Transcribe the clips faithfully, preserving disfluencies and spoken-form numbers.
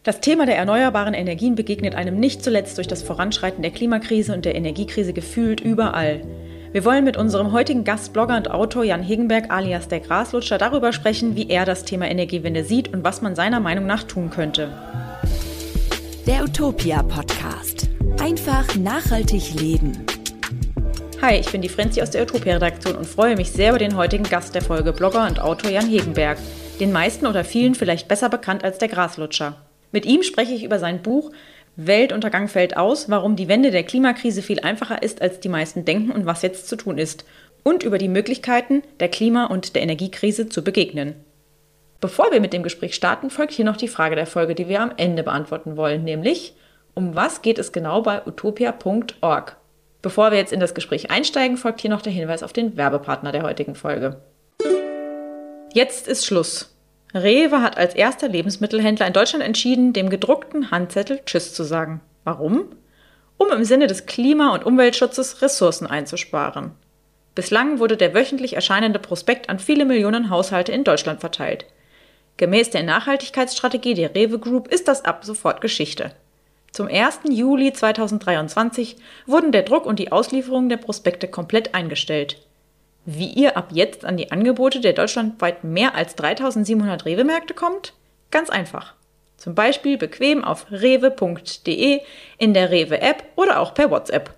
Das Thema der erneuerbaren Energien begegnet einem nicht zuletzt durch das Voranschreiten der Klimakrise und der Energiekrise gefühlt überall. Wir wollen mit unserem heutigen Gast, Blogger und Autor Jan Hegenberg alias der Graslutscher darüber sprechen, wie er das Thema Energiewende sieht und was man seiner Meinung nach tun könnte. Der Utopia-Podcast. Einfach nachhaltig leben. Hi, ich bin die Frenzi aus der Utopia-Redaktion und freue mich sehr über den heutigen Gast der Folge, Blogger und Autor Jan Hegenberg. Den meisten oder vielen vielleicht besser bekannt als der Graslutscher. Mit ihm spreche ich über sein Buch Weltuntergang fällt aus, warum die Wende der Klimakrise viel einfacher ist, als die meisten denken und was jetzt zu tun ist. Und über die Möglichkeiten, der Klima- und der Energiekrise zu begegnen. Bevor wir mit dem Gespräch starten, folgt hier noch die Frage der Folge, die wir am Ende beantworten wollen, nämlich: Um was geht es genau bei utopia punkt org? Bevor wir jetzt in das Gespräch einsteigen, folgt hier noch der Hinweis auf den Werbepartner der heutigen Folge. Jetzt ist Schluss. Rewe hat als erster Lebensmittelhändler in Deutschland entschieden, dem gedruckten Handzettel Tschüss zu sagen. Warum? Um im Sinne des Klima- und Umweltschutzes Ressourcen einzusparen. Bislang wurde der wöchentlich erscheinende Prospekt an viele Millionen Haushalte in Deutschland verteilt. Gemäß der Nachhaltigkeitsstrategie der Rewe Group ist das ab sofort Geschichte. Zum ersten Juli zweitausenddreiundzwanzig wurden der Druck und die Auslieferung der Prospekte komplett eingestellt. Wie ihr ab jetzt an die Angebote der deutschlandweit mehr als dreitausendsiebenhundert Rewe-Märkte kommt? Ganz einfach. Zum Beispiel bequem auf rewe punkt de, in der Rewe-App oder auch per WhatsApp.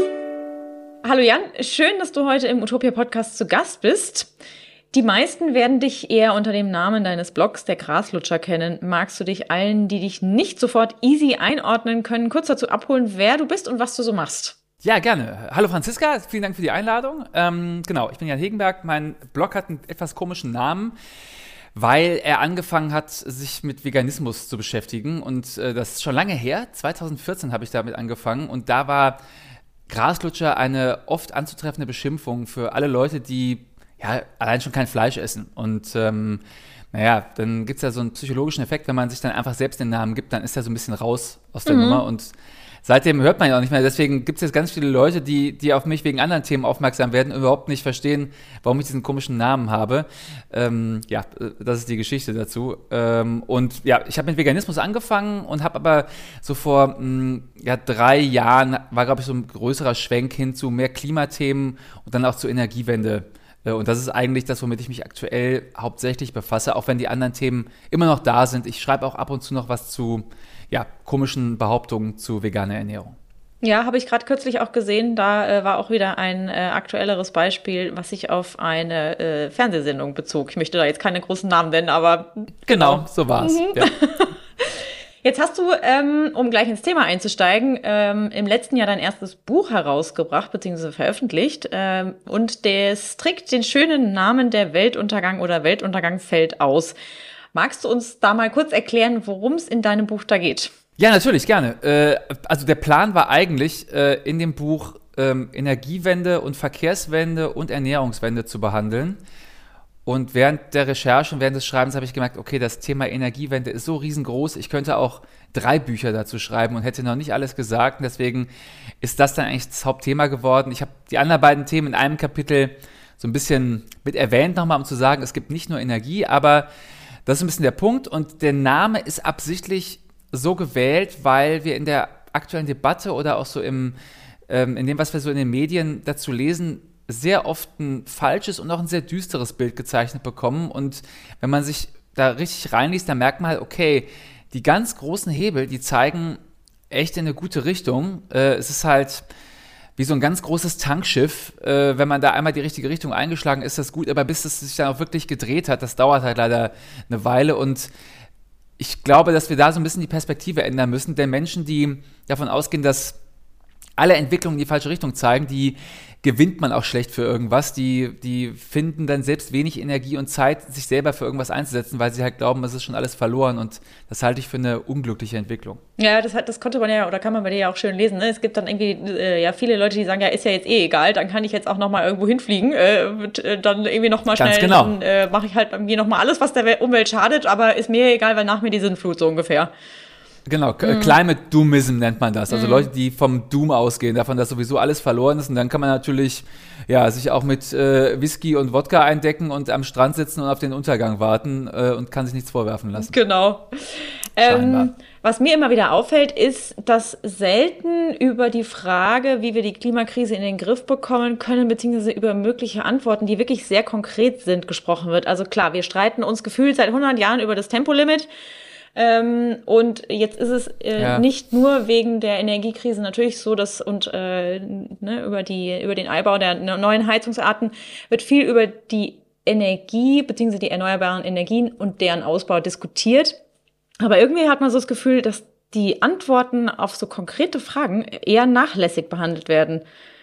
Hallo Jan, schön, dass du heute im Utopia-Podcast zu Gast bist. Die meisten werden dich eher unter dem Namen deines Blogs, der Graslutscher, kennen. Magst du dich allen, die dich nicht sofort easy einordnen können, kurz dazu abholen, wer du bist und was du so machst? Ja, gerne. Hallo Franziska, vielen Dank für die Einladung. Ähm, genau, ich bin Jan Hegenberg. Mein Blog hat einen etwas komischen Namen, weil er angefangen hat, sich mit Veganismus zu beschäftigen. Und äh, das ist schon lange her. zweitausendvierzehn habe ich damit angefangen. Und da war Graslutscher eine oft anzutreffende Beschimpfung für alle Leute, die ja allein schon kein Fleisch essen. Und ähm, naja, dann gibt es ja so einen psychologischen Effekt, wenn man sich dann einfach selbst den Namen gibt, dann ist er so ein bisschen raus aus der mhm. Nummer. Und seitdem hört man ja auch nicht mehr. Deswegen gibt es jetzt ganz viele Leute, die, die auf mich wegen anderen Themen aufmerksam werden und überhaupt nicht verstehen, warum ich diesen komischen Namen habe. Ähm, ja, das ist die Geschichte dazu. Ähm, und ja, ich habe mit Veganismus angefangen und habe aber so vor mh, ja, drei Jahren, war glaube ich so ein größerer Schwenk hin zu mehr Klimathemen und dann auch zur Energiewende. Und das ist eigentlich das, womit ich mich aktuell hauptsächlich befasse, auch wenn die anderen Themen immer noch da sind. Ich schreibe auch ab und zu noch was zu ja, komischen Behauptungen zu veganer Ernährung. Ja, habe ich gerade kürzlich auch gesehen. Da äh, war auch wieder ein äh, aktuelleres Beispiel, was sich auf eine äh, Fernsehsendung bezog. Ich möchte da jetzt keine großen Namen nennen, aber Genau, genau so war es. Mhm. Ja. Jetzt hast du, ähm, um gleich ins Thema einzusteigen, ähm, im letzten Jahr dein erstes Buch herausgebracht bzw. veröffentlicht ähm, und das trägt den schönen Namen Der Weltuntergang oder Weltuntergang fällt aus. Magst du uns da mal kurz erklären, worum es in deinem Buch da geht? Ja, natürlich, gerne. Äh, also der Plan war eigentlich, äh, in dem Buch ähm, Energiewende und Verkehrswende und Ernährungswende zu behandeln. Und während der Recherche und während des Schreibens habe ich gemerkt, okay, das Thema Energiewende ist so riesengroß, ich könnte auch drei Bücher dazu schreiben und hätte noch nicht alles gesagt. Und deswegen ist das dann eigentlich das Hauptthema geworden. Ich habe die anderen beiden Themen in einem Kapitel so ein bisschen mit erwähnt nochmal, um zu sagen, es gibt nicht nur Energie, aber das ist ein bisschen der Punkt. Und der Name ist absichtlich so gewählt, weil wir in der aktuellen Debatte oder auch so im, ähm, in dem, was wir so in den Medien dazu lesen, sehr oft ein falsches und auch ein sehr düsteres Bild gezeichnet bekommen. Und wenn man sich da richtig reinliest, dann merkt man halt, okay, die ganz großen Hebel, die zeigen echt in eine gute Richtung. Äh, es ist halt wie so ein ganz großes Tankschiff. Äh, wenn man da einmal die richtige Richtung eingeschlagen ist, das gut. Aber bis es sich dann auch wirklich gedreht hat, das dauert halt leider eine Weile. Und ich glaube, dass wir da so ein bisschen die Perspektive ändern müssen. Denn Menschen, die davon ausgehen, dass alle Entwicklungen in die falsche Richtung zeigen, die gewinnt man auch schlecht für irgendwas. Die, die finden dann selbst wenig Energie und Zeit, sich selber für irgendwas einzusetzen, weil sie halt glauben, es ist schon alles verloren. Und das halte ich für eine unglückliche Entwicklung. Ja, das, hat, das konnte man ja, oder kann man bei dir ja auch schön lesen. Ne? Es gibt dann irgendwie äh, ja viele Leute, die sagen, ja, ist ja jetzt eh egal, dann kann ich jetzt auch noch mal irgendwo hinfliegen. Äh, und, äh, dann irgendwie noch mal schnell, Ganz genau. Dann äh, mache ich halt bei mir noch mal alles, was der Umwelt schadet, aber ist mir egal, weil nach mir die Sintflut so ungefähr. Genau, mhm. Climate Doomism nennt man das. Also mhm. Leute, die vom Doom ausgehen, davon, dass sowieso alles verloren ist. Und dann kann man natürlich ja, sich auch mit äh, Whisky und Wodka eindecken und am Strand sitzen und auf den Untergang warten äh, und kann sich nichts vorwerfen lassen. Genau. Ähm, was mir immer wieder auffällt, ist, dass selten über die Frage, wie wir die Klimakrise in den Griff bekommen können, beziehungsweise über mögliche Antworten, die wirklich sehr konkret sind, gesprochen wird. Also klar, wir streiten uns gefühlt seit hundert Jahren über das Tempolimit. Ähm, und jetzt ist es äh, ja. nicht nur wegen der Energiekrise natürlich so, dass und äh, ne, über die über den Einbau der neuen Heizungsarten wird viel über die Energie beziehungsweise die erneuerbaren Energien und deren Ausbau diskutiert. Aber irgendwie hat man so das Gefühl, dass die Antworten auf so konkrete Fragen eher nachlässig behandelt werden.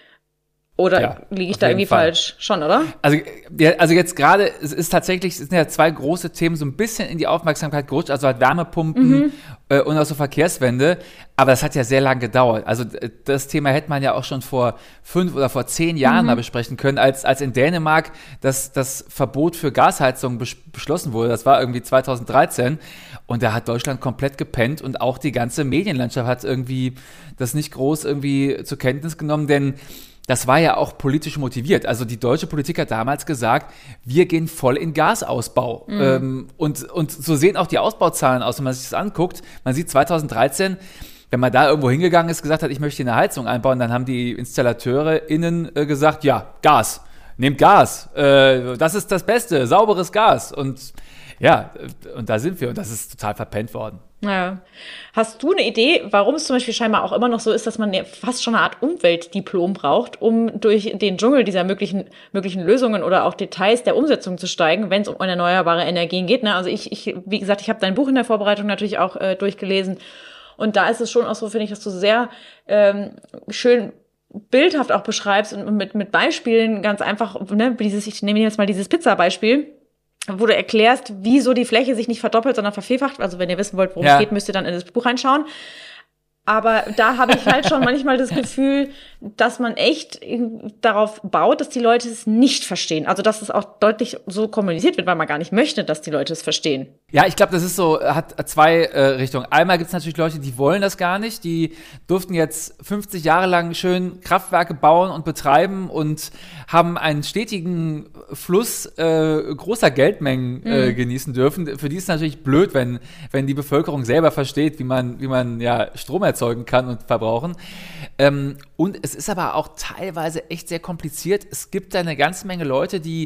Oder ja, liege ich da irgendwie Fall. falsch? Schon, oder? Also, ja, also jetzt gerade, es ist tatsächlich, es sind ja zwei große Themen so ein bisschen in die Aufmerksamkeit gerutscht, also halt Wärmepumpen mhm. äh, und auch so Verkehrswende. Aber das hat ja sehr lange gedauert. Also das Thema hätte man ja auch schon vor fünf oder vor zehn Jahren mhm. mal besprechen können, als, als in Dänemark das, das Verbot für Gasheizung bes- beschlossen wurde. Das war irgendwie zweitausenddreizehn. Und da hat Deutschland komplett gepennt und auch die ganze Medienlandschaft hat irgendwie das nicht groß irgendwie zur Kenntnis genommen, denn das war ja auch politisch motiviert. Also die deutsche Politik hat damals gesagt, wir gehen voll in Gasausbau. Mhm. Ähm, und, und so sehen auch die Ausbauzahlen aus, wenn man sich das anguckt. Man sieht zweitausenddreizehn, wenn man da irgendwo hingegangen ist, gesagt hat, ich möchte eine Heizung einbauen, dann haben die InstallateurInnen äh, gesagt, ja, Gas, nehmt Gas. Äh, das ist das Beste, sauberes Gas. Und ja, und da sind wir und das ist total verpennt worden. Ja. Hast du eine Idee, warum es zum Beispiel scheinbar auch immer noch so ist, dass man fast schon eine Art Umweltdiplom braucht, um durch den Dschungel dieser möglichen, möglichen Lösungen oder auch Details der Umsetzung zu steigen, wenn es um erneuerbare Energien geht? Ne? Also ich, ich, wie gesagt, ich habe dein Buch in der Vorbereitung natürlich auch äh, durchgelesen und da ist es schon auch so, finde ich, dass du sehr ähm, schön bildhaft auch beschreibst und mit, mit Beispielen ganz einfach, ne, dieses, ich nehme jetzt mal dieses Pizza-Beispiel, wo du erklärst, wieso die Fläche sich nicht verdoppelt, sondern vervierfacht. Also wenn ihr wissen wollt, worum ja. es geht, müsst ihr dann in das Buch reinschauen. Aber da habe ich halt schon manchmal das Gefühl, dass man echt darauf baut, dass die Leute es nicht verstehen. Also dass es auch deutlich so kommuniziert wird, weil man gar nicht möchte, dass die Leute es verstehen. Ja, ich glaube, das ist so, hat zwei äh, Richtungen. Einmal gibt es natürlich Leute, die wollen das gar nicht. Die durften jetzt fünfzig Jahre lang schön Kraftwerke bauen und betreiben und haben einen stetigen Fluss äh, großer Geldmengen äh, mhm. genießen dürfen. Für die ist es natürlich blöd, wenn, wenn die Bevölkerung selber versteht, wie man, wie man ja Strom erzeugen kann und verbrauchen. Ähm, und es ist aber auch teilweise echt sehr kompliziert. Es gibt da eine ganze Menge Leute, die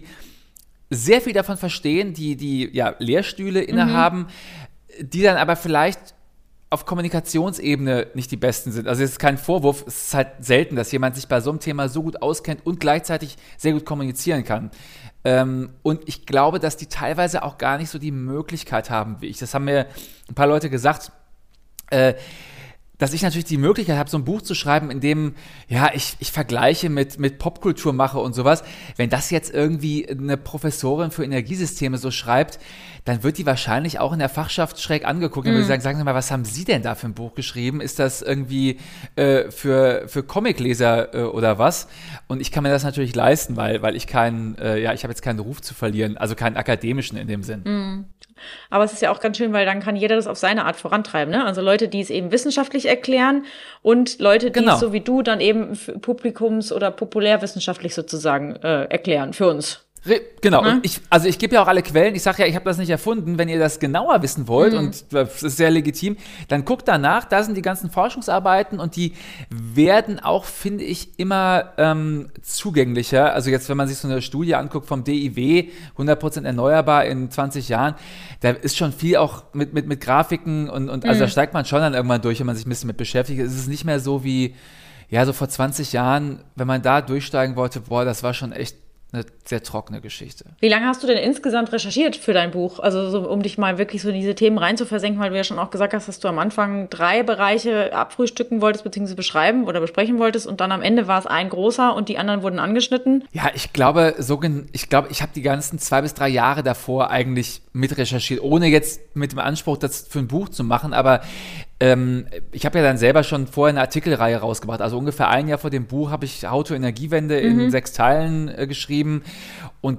sehr viel davon verstehen, die, die ja, Lehrstühle innehaben, mhm. die dann aber vielleicht auf Kommunikationsebene nicht die besten sind. Also es ist kein Vorwurf, es ist halt selten, dass jemand sich bei so einem Thema so gut auskennt und gleichzeitig sehr gut kommunizieren kann. Ähm, und ich glaube, dass die teilweise auch gar nicht so die Möglichkeit haben wie ich. Das haben mir ein paar Leute gesagt, äh, dass ich natürlich die Möglichkeit habe, so ein Buch zu schreiben, in dem, ja, ich, ich Vergleiche mit, mit Popkultur mache und sowas. Wenn das jetzt irgendwie eine Professorin für Energiesysteme so schreibt, dann wird die wahrscheinlich auch in der Fachschaft schräg angeguckt. Mhm. Und würde ich sagen, sagen Sie mal, was haben Sie denn da für ein Buch geschrieben? Ist das irgendwie äh, für, für Comicleser äh, oder was? Und ich kann mir das natürlich leisten, weil, weil ich keinen, äh, ja, ich habe jetzt keinen Ruf zu verlieren, also keinen akademischen in dem Sinn. Mhm. Aber es ist ja auch ganz schön, weil dann kann jeder das auf seine Art vorantreiben, ne? Also Leute, die es eben wissenschaftlich erklären und Leute, die genau. es so wie du dann eben publikums- oder populärwissenschaftlich sozusagen äh, erklären für uns. Genau, hm? und ich, also ich gebe ja auch alle Quellen, ich sage ja, ich habe das nicht erfunden, wenn ihr das genauer wissen wollt, mhm. und das ist sehr legitim, dann guckt danach, da sind die ganzen Forschungsarbeiten und die werden auch, finde ich, immer ähm, zugänglicher. Also jetzt, wenn man sich so eine Studie anguckt vom D I W, hundert Prozent erneuerbar in zwanzig Jahren, da ist schon viel auch mit, mit, mit Grafiken und, und also mhm. da steigt man schon dann irgendwann durch, wenn man sich ein bisschen mit beschäftigt. Es ist nicht mehr so wie, ja, so vor zwanzig Jahren, wenn man da durchsteigen wollte, boah, das war schon echt eine sehr trockene Geschichte. Wie lange hast du denn insgesamt recherchiert für dein Buch? Also so, um dich mal wirklich so in diese Themen rein zu versenken, weil du ja schon auch gesagt hast, dass du am Anfang drei Bereiche abfrühstücken wolltest, beziehungsweise beschreiben oder besprechen wolltest und dann am Ende war es ein großer und die anderen wurden angeschnitten? Ja, ich glaube, so, ich glaube, ich habe die ganzen zwei bis drei Jahre davor eigentlich mit recherchiert, ohne jetzt mit dem Anspruch, das für ein Buch zu machen, aber Ähm, ich habe ja dann selber schon vorher eine Artikelreihe rausgebracht. Also ungefähr ein Jahr vor dem Buch habe ich How to Energiewende mhm. in sechs Teilen äh, geschrieben. Und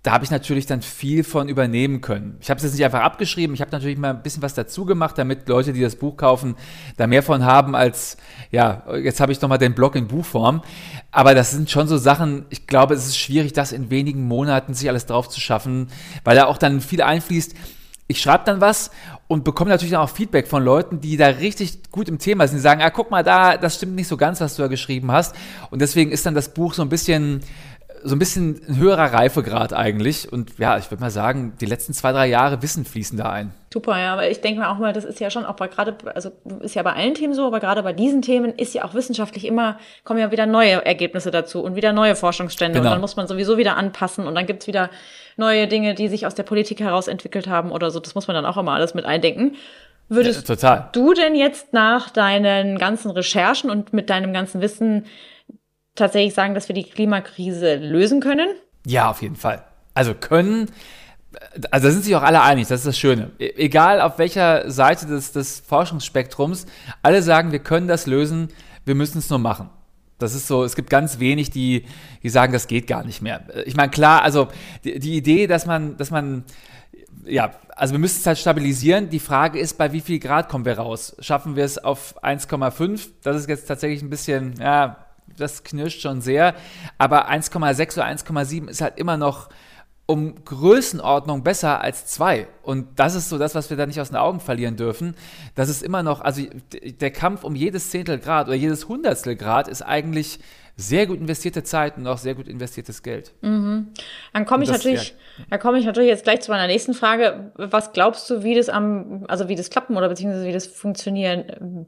da habe ich natürlich dann viel von übernehmen können. Ich habe es jetzt nicht einfach abgeschrieben, ich habe natürlich mal ein bisschen was dazu gemacht, damit Leute, die das Buch kaufen, da mehr von haben als, ja, jetzt habe ich nochmal den Blog in Buchform. Aber das sind schon so Sachen, ich glaube, es ist schwierig, das in wenigen Monaten sich alles drauf zu schaffen, weil da auch dann viel einfließt. Ich schreibe dann was und bekomme natürlich dann auch Feedback von Leuten, die da richtig gut im Thema sind. Die sagen, ah, guck mal da, das stimmt nicht so ganz, was du da geschrieben hast. Und deswegen ist dann das Buch so ein bisschen... so ein bisschen ein höherer Reifegrad eigentlich. Und ja, ich würde mal sagen, die letzten zwei, drei Jahre Wissen fließen da ein. Super, ja, aber ich denke mir auch mal, das ist ja schon auch bei gerade, also ist ja bei allen Themen so, aber gerade bei diesen Themen ist ja auch wissenschaftlich immer, kommen ja wieder neue Ergebnisse dazu und wieder neue Forschungsstände. Genau. Und dann muss man sowieso wieder anpassen und dann gibt's wieder neue Dinge, die sich aus der Politik heraus entwickelt haben oder so. Das muss man dann auch immer alles mit eindenken. Würdest ja, total. du denn jetzt nach deinen ganzen Recherchen und mit deinem ganzen Wissen tatsächlich sagen, dass wir die Klimakrise lösen können? Ja, auf jeden Fall. Also können, also da sind sich auch alle einig, das ist das Schöne. E- egal auf welcher Seite des, des Forschungsspektrums, alle sagen, wir können das lösen, wir müssen es nur machen. Das ist so, es gibt ganz wenig, die, die sagen, das geht gar nicht mehr. Ich meine, klar, also die, die Idee, dass man, dass man, ja, also wir müssen es halt stabilisieren. Die Frage ist, bei wie viel Grad kommen wir raus? Schaffen wir es auf eins Komma fünf? Das ist jetzt tatsächlich ein bisschen, ja, das knirscht schon sehr, aber eins Komma sechs oder eins Komma sieben ist halt immer noch um Größenordnung besser als zwei. Und das ist so das, was wir da nicht aus den Augen verlieren dürfen. Das ist immer noch, also der Kampf um jedes Zehntel Grad oder jedes Hundertstel Grad ist eigentlich sehr gut investierte Zeit und auch sehr gut investiertes Geld. Mhm. Dann komme ich das, natürlich, ja. dann komme ich natürlich jetzt gleich zu meiner nächsten Frage. Was glaubst du, wie das am, also wie das klappen oder beziehungsweise wie das funktionieren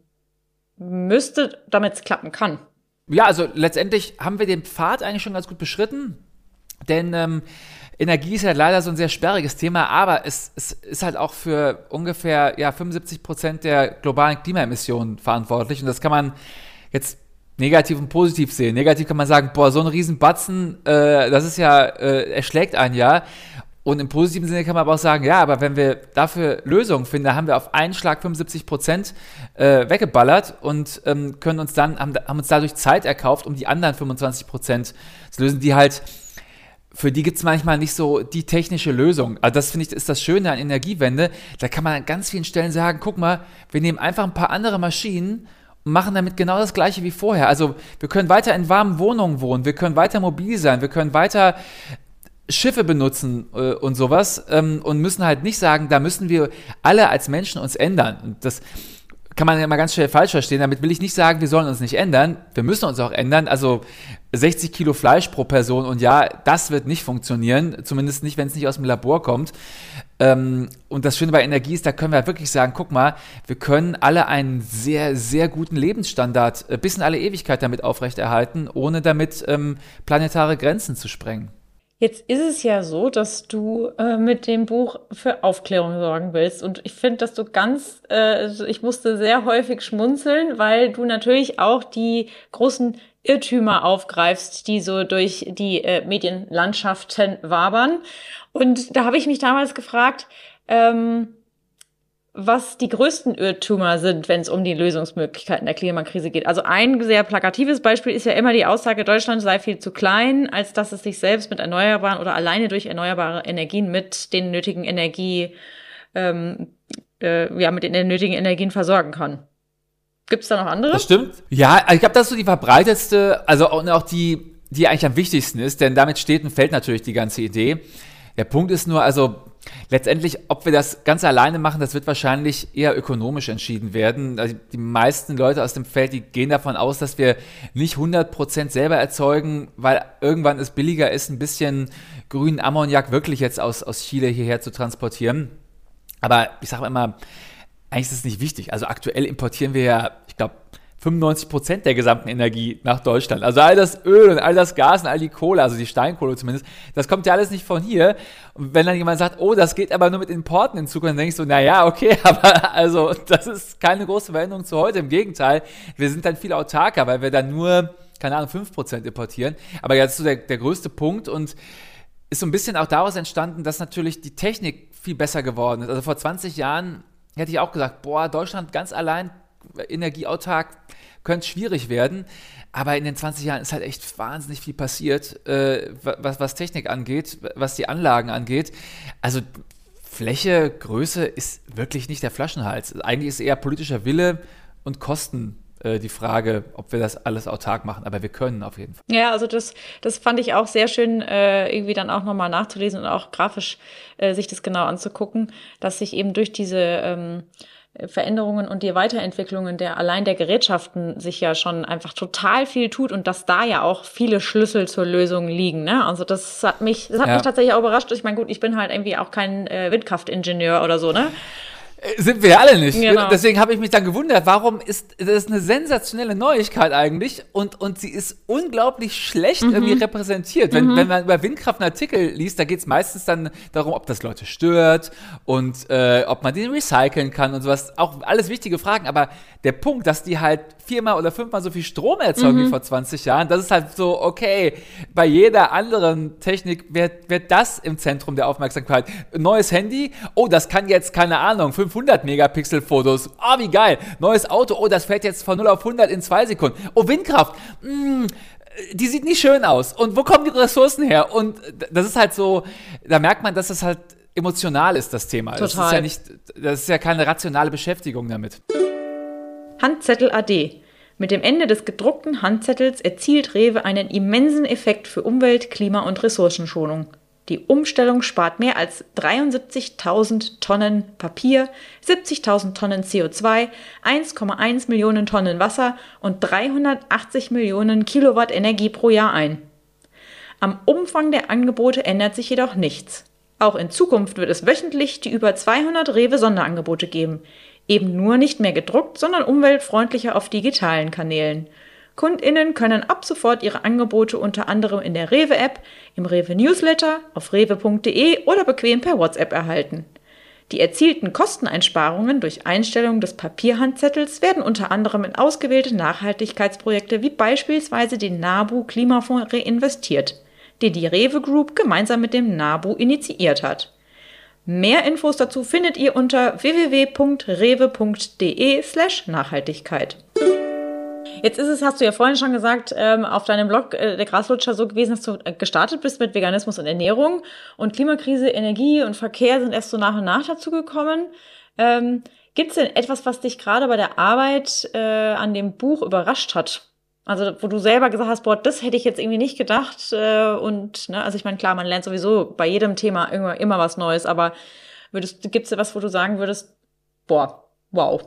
müsste, damit es klappen kann? Ja, also letztendlich haben wir den Pfad eigentlich schon ganz gut beschritten, denn ähm, Energie ist ja leider so ein sehr sperriges Thema, aber es, es ist halt auch für ungefähr ja, fünfundsiebzig Prozent der globalen Klimaemissionen verantwortlich und das kann man jetzt negativ und positiv sehen. Negativ kann man sagen, boah, so ein Riesenbatzen, äh, das ist ja, äh, erschlägt einen ja. Und im positiven Sinne kann man aber auch sagen, ja, aber wenn wir dafür Lösungen finden, da haben wir auf einen Schlag fünfundsiebzig Prozent äh, weggeballert und ähm, können uns dann, haben, haben uns dadurch Zeit erkauft, um die anderen fünfundzwanzig Prozent zu lösen, die halt, für die gibt es manchmal nicht so die technische Lösung. Also das finde ich, ist das Schöne an Energiewende. Da kann man an ganz vielen Stellen sagen, guck mal, wir nehmen einfach ein paar andere Maschinen und machen damit genau das Gleiche wie vorher. Also wir können weiter in warmen Wohnungen wohnen, wir können weiter mobil sein, wir können weiter Schiffe benutzen äh, und sowas ähm, und müssen halt nicht sagen, da müssen wir alle als Menschen uns ändern. Und das kann man ja mal ganz schnell falsch verstehen. Damit will ich nicht sagen, wir sollen uns nicht ändern. Wir müssen uns auch ändern. Also sechzig Kilo Fleisch pro Person und ja, das wird nicht funktionieren. Zumindest nicht, wenn es nicht aus dem Labor kommt. Ähm, und das Schöne bei Energie ist, da können wir wirklich sagen, guck mal, wir können alle einen sehr, sehr guten Lebensstandard äh, bis in alle Ewigkeit damit aufrechterhalten, ohne damit ähm, planetare Grenzen zu sprengen. Jetzt ist es ja so, dass du äh, mit dem Buch für Aufklärung sorgen willst. Und ich finde, dass du ganz, äh, ich musste sehr häufig schmunzeln, weil du natürlich auch die großen Irrtümer aufgreifst, die so durch die äh, Medienlandschaften wabern. Und da habe ich mich damals gefragt, ähm, was die größten Irrtümer sind, wenn es um die Lösungsmöglichkeiten der Klimakrise geht. Also ein sehr plakatives Beispiel ist ja immer die Aussage, Deutschland sei viel zu klein, als dass es sich selbst mit erneuerbaren oder alleine durch erneuerbare Energien mit den nötigen Energie, ähm, äh, ja, mit den nötigen Energien versorgen kann. Gibt es da noch andere? Das stimmt. Ja, ich glaube, das ist so die verbreitetste, also und auch die, die eigentlich am wichtigsten ist, denn damit steht und fällt natürlich die ganze Idee. Der Punkt ist nur, also letztendlich, ob wir das ganz alleine machen, das wird wahrscheinlich eher ökonomisch entschieden werden. Also die meisten Leute aus dem Feld, die gehen davon aus, dass wir nicht hundert Prozent selber erzeugen, weil irgendwann es billiger ist, ein bisschen grünen Ammoniak wirklich jetzt aus, aus Chile hierher zu transportieren. Aber ich sage immer, eigentlich ist es nicht wichtig. Also aktuell importieren wir ja, ich glaube, fünfundneunzig Prozent der gesamten Energie nach Deutschland. Also all das Öl und all das Gas und all die Kohle, also die Steinkohle zumindest, das kommt ja alles nicht von hier. Und wenn dann jemand sagt, oh, das geht aber nur mit Importen in Zukunft, dann denke ich so, naja, okay, aber also das ist keine große Veränderung zu heute. Im Gegenteil, wir sind dann viel autarker, weil wir dann nur, keine Ahnung, fünf Prozent importieren. Aber jetzt ist so der, der größte Punkt und ist so ein bisschen auch daraus entstanden, dass natürlich die Technik viel besser geworden ist. Also vor zwanzig Jahren hätte ich auch gesagt, boah, Deutschland ganz allein energieautark, könnte es schwierig werden. Aber in den zwanzig Jahren ist halt echt wahnsinnig viel passiert, äh, was, was Technik angeht, was die Anlagen angeht. Also Fläche, Größe ist wirklich nicht der Flaschenhals. Eigentlich ist eher politischer Wille und Kosten äh, die Frage, ob wir das alles autark machen. Aber wir können auf jeden Fall. Ja, also das, das fand ich auch sehr schön, äh, irgendwie dann auch nochmal nachzulesen und auch grafisch äh, sich das genau anzugucken, dass sich eben durch diese ähm, Veränderungen und die Weiterentwicklungen der allein der Gerätschaften sich ja schon einfach total viel tut und dass da ja auch viele Schlüssel zur Lösung liegen. Ne? Also das hat mich, das hat ja. mich tatsächlich auch überrascht. Ich meine, gut, ich bin halt irgendwie auch kein äh, Windkraftingenieur oder so, ne? Sind wir ja alle nicht. Genau. Deswegen habe ich mich dann gewundert, warum ist das ist eine sensationelle Neuigkeit eigentlich und, und sie ist unglaublich schlecht mhm. irgendwie repräsentiert. Wenn, mhm. wenn man über Windkraft einen Artikel liest, da geht es meistens dann darum, ob das Leute stört und äh, ob man den recyceln kann und sowas. Auch alles wichtige Fragen, aber der Punkt, dass die halt viermal oder fünfmal so viel Strom erzeugen mhm. wie vor zwanzig Jahren, das ist halt so, okay, bei jeder anderen Technik wird, wird das im Zentrum der Aufmerksamkeit. Neues Handy, oh, das kann jetzt, keine Ahnung, fünfhundert Megapixel Fotos, ah, wie geil. Neues Auto, oh, das fährt jetzt von null auf hundert in zwei Sekunden. Oh, Windkraft, mh, die sieht nicht schön aus. Und wo kommen die Ressourcen her? Und das ist halt so, da merkt man, dass das halt emotional ist, das Thema. Total. Das ist ja nicht, das ist ja keine rationale Beschäftigung damit. Handzettel A D. Mit dem Ende des gedruckten Handzettels erzielt Rewe einen immensen Effekt für Umwelt, Klima und Ressourcenschonung. Die Umstellung spart mehr als dreiundsiebzigtausend Tonnen Papier, siebzigtausend Tonnen C O zwei, eins Komma eins Millionen Tonnen Wasser und dreihundertachtzig Millionen Kilowatt Energie pro Jahr ein. Am Umfang der Angebote ändert sich jedoch nichts. Auch in Zukunft wird es wöchentlich die über zweihundert Rewe-Sonderangebote geben. Eben nur nicht mehr gedruckt, sondern umweltfreundlicher auf digitalen Kanälen. KundInnen können ab sofort ihre Angebote unter anderem in der Rewe-App, im Rewe-Newsletter, auf rewe punkt de oder bequem per WhatsApp erhalten. Die erzielten Kosteneinsparungen durch Einstellung des Papierhandzettels werden unter anderem in ausgewählte Nachhaltigkeitsprojekte wie beispielsweise den NABU Klimafonds reinvestiert, den die Rewe Group gemeinsam mit dem NABU initiiert hat. Mehr Infos dazu findet ihr unter w w w punkt rewe punkt de slash Nachhaltigkeit. Jetzt ist es, hast du ja vorhin schon gesagt, ähm, auf deinem Blog äh, der Graslutscher so gewesen, dass du äh, gestartet bist mit Veganismus und Ernährung und Klimakrise, Energie und Verkehr sind erst so nach und nach dazu gekommen. Ähm, Gibt es denn etwas, was dich gerade bei der Arbeit äh, an dem Buch überrascht hat? Also wo du selber gesagt hast, boah, das hätte ich jetzt irgendwie nicht gedacht. Äh, und ne, also ich meine, klar, man lernt sowieso bei jedem Thema immer, immer was Neues, aber würdest, gibt's da was, wo du sagen würdest, boah, wow.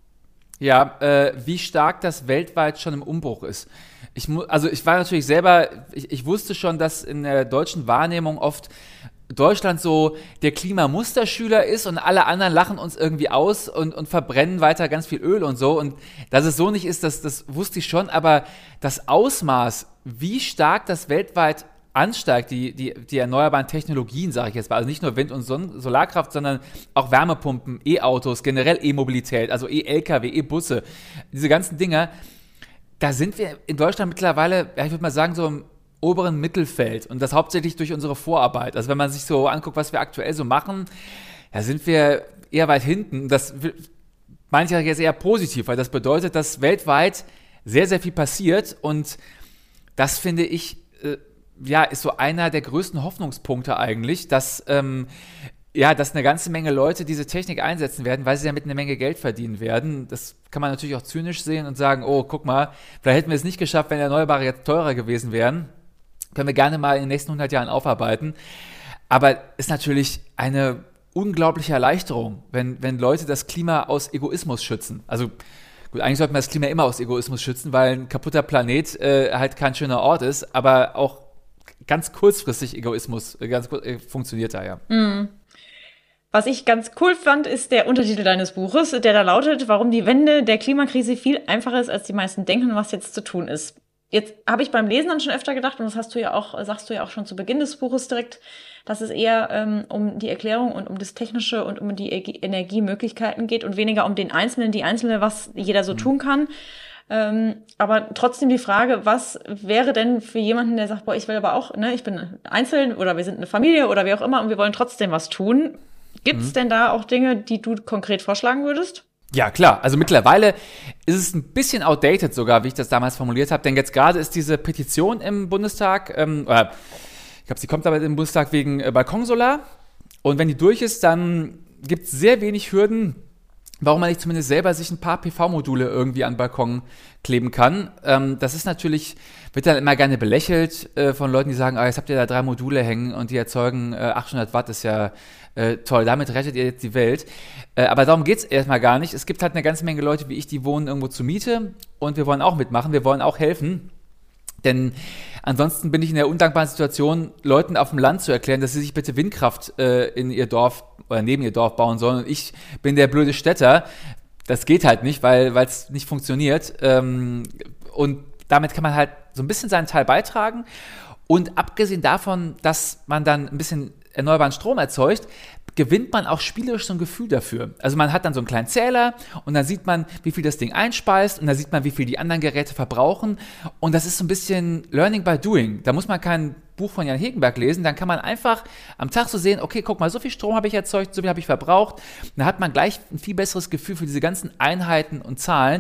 Ja, äh, wie stark das weltweit schon im Umbruch ist. Ich mu- also ich war natürlich selber, ich, ich wusste schon, dass in der deutschen Wahrnehmung oft Deutschland so der Klimamusterschüler ist und alle anderen lachen uns irgendwie aus und, und verbrennen weiter ganz viel Öl und so. Und dass es so nicht ist, das, das wusste ich schon, aber das Ausmaß, wie stark das weltweit ansteigt, die, die, die erneuerbaren Technologien, sage ich jetzt mal, also nicht nur Wind- und Son- Solarkraft, sondern auch Wärmepumpen, E-Autos, generell E-Mobilität, also E-L K W, E-Busse, diese ganzen Dinger, da sind wir in Deutschland mittlerweile, ja, ich würde mal sagen, so im oberen Mittelfeld und das hauptsächlich durch unsere Vorarbeit. Also wenn man sich so anguckt, was wir aktuell so machen, da sind wir eher weit hinten. Das meine ich ja jetzt eher positiv, weil das bedeutet, dass weltweit sehr, sehr viel passiert und das finde ich, äh, ja, ist so einer der größten Hoffnungspunkte eigentlich, dass, ähm, ja, dass eine ganze Menge Leute diese Technik einsetzen werden, weil sie damit eine Menge Geld verdienen werden. Das kann man natürlich auch zynisch sehen und sagen, oh, guck mal, vielleicht hätten wir es nicht geschafft, wenn Erneuerbare jetzt teurer gewesen wären. Können wir gerne mal in den nächsten hundert Jahren aufarbeiten. Aber ist natürlich eine unglaubliche Erleichterung, wenn, wenn Leute das Klima aus Egoismus schützen. Also gut, eigentlich sollte man das Klima immer aus Egoismus schützen, weil ein kaputter Planet äh, halt kein schöner Ort ist, aber auch ganz kurzfristig Egoismus ganz kurz, äh, funktioniert da, ja. Mm. Was ich ganz cool fand, ist der Untertitel deines Buches, der da lautet, warum die Wende der Klimakrise viel einfacher ist, als die meisten denken und was jetzt zu tun ist. Jetzt habe ich beim Lesen dann schon öfter gedacht, und das hast du ja auch, sagst du ja auch schon zu Beginn des Buches direkt, dass es eher ähm, um die Erklärung und um das Technische und um die e- Energiemöglichkeiten geht und weniger um den Einzelnen, die Einzelne, was jeder so mhm. tun kann. Ähm, aber trotzdem die Frage, was wäre denn für jemanden, der sagt, boah, ich will aber auch, ne, ich bin einzeln oder wir sind eine Familie oder wie auch immer und wir wollen trotzdem was tun. Gibt es mhm. denn da auch Dinge, die du konkret vorschlagen würdest? Ja, klar. Also mittlerweile ist es ein bisschen outdated sogar, wie ich das damals formuliert habe. Denn jetzt gerade ist diese Petition im Bundestag, ähm, oder ich glaube, sie kommt aber im Bundestag wegen äh, Balkonsolar. Und wenn die durch ist, dann gibt es sehr wenig Hürden, warum man nicht zumindest selber sich ein paar P V-Module irgendwie an den Balkon kleben kann. Ähm, das ist natürlich, wird dann immer gerne belächelt äh, von Leuten, die sagen, ah, jetzt habt ihr da drei Module hängen und die erzeugen äh, achthundert Watt, ist ja äh, toll, damit rettet ihr jetzt die Welt. Äh, aber darum geht es erstmal gar nicht. Es gibt halt eine ganze Menge Leute wie ich, die wohnen irgendwo zur Miete und wir wollen auch mitmachen, wir wollen auch helfen. Denn ansonsten bin ich in der undankbaren Situation, Leuten auf dem Land zu erklären, dass sie sich bitte Windkraft äh, in ihr Dorf oder neben ihr Dorf bauen sollen. Und ich bin der blöde Städter. Das geht halt nicht, weil es nicht funktioniert. Ähm, und damit kann man halt so ein bisschen seinen Teil beitragen. Und abgesehen davon, dass man dann ein bisschen erneuerbaren Strom erzeugt, gewinnt man auch spielerisch so ein Gefühl dafür. Also man hat dann so einen kleinen Zähler und dann sieht man, wie viel das Ding einspeist und dann sieht man, wie viel die anderen Geräte verbrauchen und das ist so ein bisschen Learning by Doing. Da muss man kein Buch von Jan Hegenberg lesen, dann kann man einfach am Tag so sehen, okay, guck mal, so viel Strom habe ich erzeugt, so viel habe ich verbraucht. Dann hat man gleich ein viel besseres Gefühl für diese ganzen Einheiten und Zahlen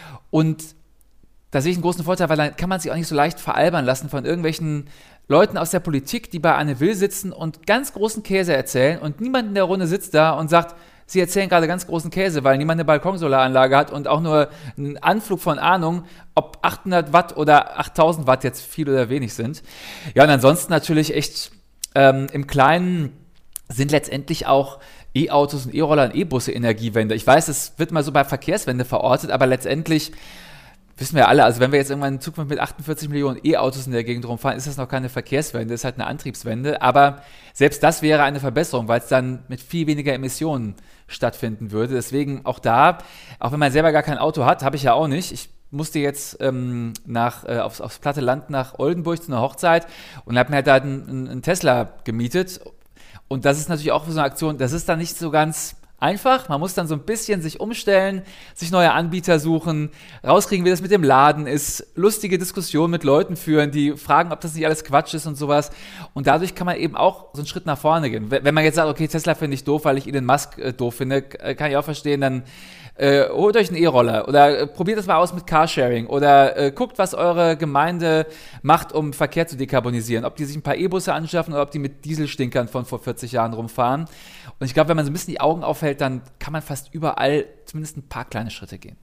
und da sehe ich einen großen Vorteil, weil dann kann man sich auch nicht so leicht veralbern lassen von irgendwelchen Leuten aus der Politik, die bei Anne Will sitzen und ganz großen Käse erzählen und niemand in der Runde sitzt da und sagt, sie erzählen gerade ganz großen Käse, weil niemand eine Balkonsolaranlage hat und auch nur einen Anflug von Ahnung, ob achthundert Watt oder achttausend Watt jetzt viel oder wenig sind. Ja, und ansonsten natürlich echt ähm, im Kleinen sind letztendlich auch E-Autos und E-Roller und E-Busse Energiewende. Ich weiß, es wird mal so bei Verkehrswende verortet, aber letztendlich wissen wir alle, also wenn wir jetzt irgendwann in Zukunft mit achtundvierzig Millionen E-Autos in der Gegend rumfahren, ist das noch keine Verkehrswende, ist halt eine Antriebswende. Aber selbst das wäre eine Verbesserung, weil es dann mit viel weniger Emissionen stattfinden würde. Deswegen auch da, auch wenn man selber gar kein Auto hat, habe ich ja auch nicht. Ich musste jetzt ähm, nach, äh, aufs, aufs platte Land nach Oldenburg zu einer Hochzeit und habe mir halt da einen, einen Tesla gemietet. Und das ist natürlich auch so eine Aktion, das ist dann nicht so ganz einfach, man muss dann so ein bisschen sich umstellen, sich neue Anbieter suchen, rauskriegen, wie das mit dem Laden ist, lustige Diskussionen mit Leuten führen, die fragen, ob das nicht alles Quatsch ist und sowas. Und dadurch kann man eben auch so einen Schritt nach vorne gehen. Wenn man jetzt sagt, okay, Tesla finde ich doof, weil ich Elon Musk äh, doof finde, kann ich auch verstehen, dann Äh, holt euch einen E-Roller oder äh, probiert das mal aus mit Carsharing oder äh, guckt, was eure Gemeinde macht, um Verkehr zu dekarbonisieren. Ob die sich ein paar E-Busse anschaffen oder ob die mit Dieselstinkern von vor vierzig Jahren rumfahren. Und ich glaube, wenn man so ein bisschen die Augen aufhält, dann kann man fast überall zumindest ein paar kleine Schritte gehen.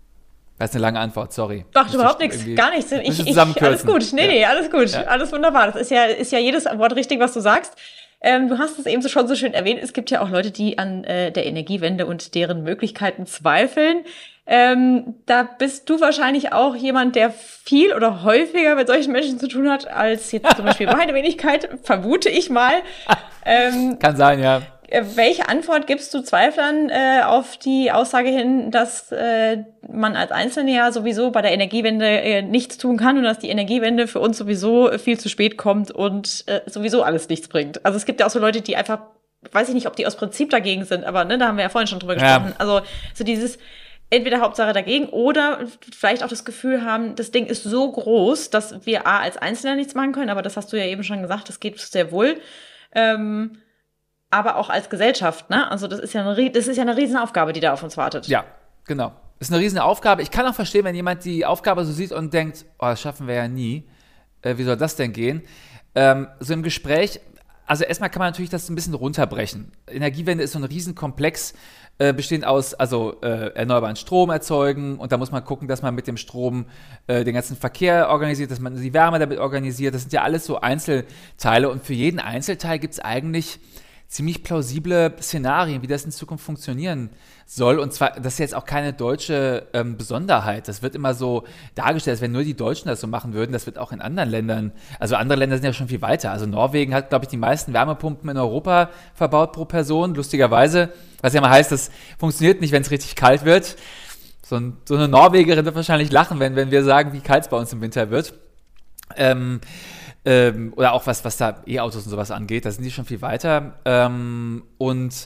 Das ist eine lange Antwort, sorry. Macht überhaupt nichts, gar nichts. Ich, ich, alles gut, nee, nee, alles gut, ja. Alles wunderbar. Das ist ja, ist ja jedes Wort richtig, was du sagst. Ähm, du hast es eben so schon so schön erwähnt, es gibt ja auch Leute, die an äh, der Energiewende und deren Möglichkeiten zweifeln. Ähm, da bist du wahrscheinlich auch jemand, der viel oder häufiger mit solchen Menschen zu tun hat, als jetzt zum Beispiel meine Wenigkeit, vermute ich mal. Ähm, Kann sein, ja. Welche Antwort gibst du Zweiflern äh, auf die Aussage hin, dass äh, man als Einzelne ja sowieso bei der Energiewende äh, nichts tun kann und dass die Energiewende für uns sowieso viel zu spät kommt und äh, sowieso alles nichts bringt? Also es gibt ja auch so Leute, die einfach, weiß ich nicht, ob die aus Prinzip dagegen sind, aber ne, da haben wir ja vorhin schon drüber gesprochen. Ja. Also so dieses entweder Hauptsache dagegen oder vielleicht auch das Gefühl haben, das Ding ist so groß, dass wir A, als Einzelner nichts machen können, aber das hast du ja eben schon gesagt, das geht sehr wohl. Ähm, aber auch als Gesellschaft, ne? Also das ist ja eine, das ist ja eine Riesenaufgabe, die da auf uns wartet. Ja, genau. Das ist eine Riesenaufgabe. Ich kann auch verstehen, wenn jemand die Aufgabe so sieht und denkt, oh, das schaffen wir ja nie. Äh, wie soll das denn gehen? Ähm, so im Gespräch, also erstmal kann man natürlich das ein bisschen runterbrechen. Energiewende ist so ein Riesenkomplex, äh, bestehend aus also äh, erneuerbaren Strom erzeugen und da muss man gucken, dass man mit dem Strom äh, den ganzen Verkehr organisiert, dass man die Wärme damit organisiert. Das sind ja alles so Einzelteile und für jeden Einzelteil gibt es eigentlich ziemlich plausible Szenarien, wie das in Zukunft funktionieren soll. Und zwar, das ist jetzt auch keine deutsche ähm, Besonderheit. Das wird immer so dargestellt, als wenn nur die Deutschen das so machen würden. Das wird auch in anderen Ländern, also andere Länder sind ja schon viel weiter. Also Norwegen hat, glaube ich, die meisten Wärmepumpen in Europa verbaut pro Person. Lustigerweise, was ja mal heißt, das funktioniert nicht, wenn es richtig kalt wird. So, ein, so eine Norwegerin wird wahrscheinlich lachen, wenn, wenn wir sagen, wie kalt es bei uns im Winter wird. Ähm, Ähm, oder auch was, was da E-Autos und sowas angeht, da sind die schon viel weiter. Ähm, und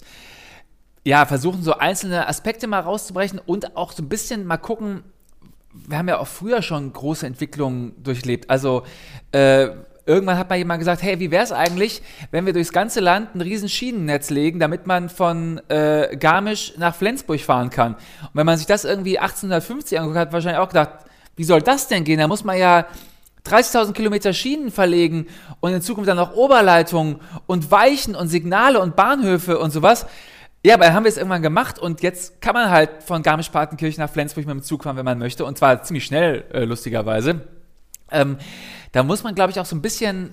ja, versuchen so einzelne Aspekte mal rauszubrechen und auch so ein bisschen mal gucken, wir haben ja auch früher schon große Entwicklungen durchlebt. Also äh, irgendwann hat mal jemand gesagt, hey, wie wäre es eigentlich, wenn wir durchs ganze Land ein riesen Schienennetz legen, damit man von äh, Garmisch nach Flensburg fahren kann. Und wenn man sich das irgendwie achtzehnhundertfünfzig angeguckt hat, wahrscheinlich auch gedacht, wie soll das denn gehen? Da muss man ja dreißigtausend Kilometer Schienen verlegen und in Zukunft dann noch Oberleitungen und Weichen und Signale und Bahnhöfe und sowas. Ja, aber dann haben wir es irgendwann gemacht und jetzt kann man halt von Garmisch-Partenkirchen nach Flensburg mit dem Zug fahren, wenn man möchte, und zwar ziemlich schnell, äh, lustigerweise. Ähm, da muss man, glaube ich, auch so ein bisschen,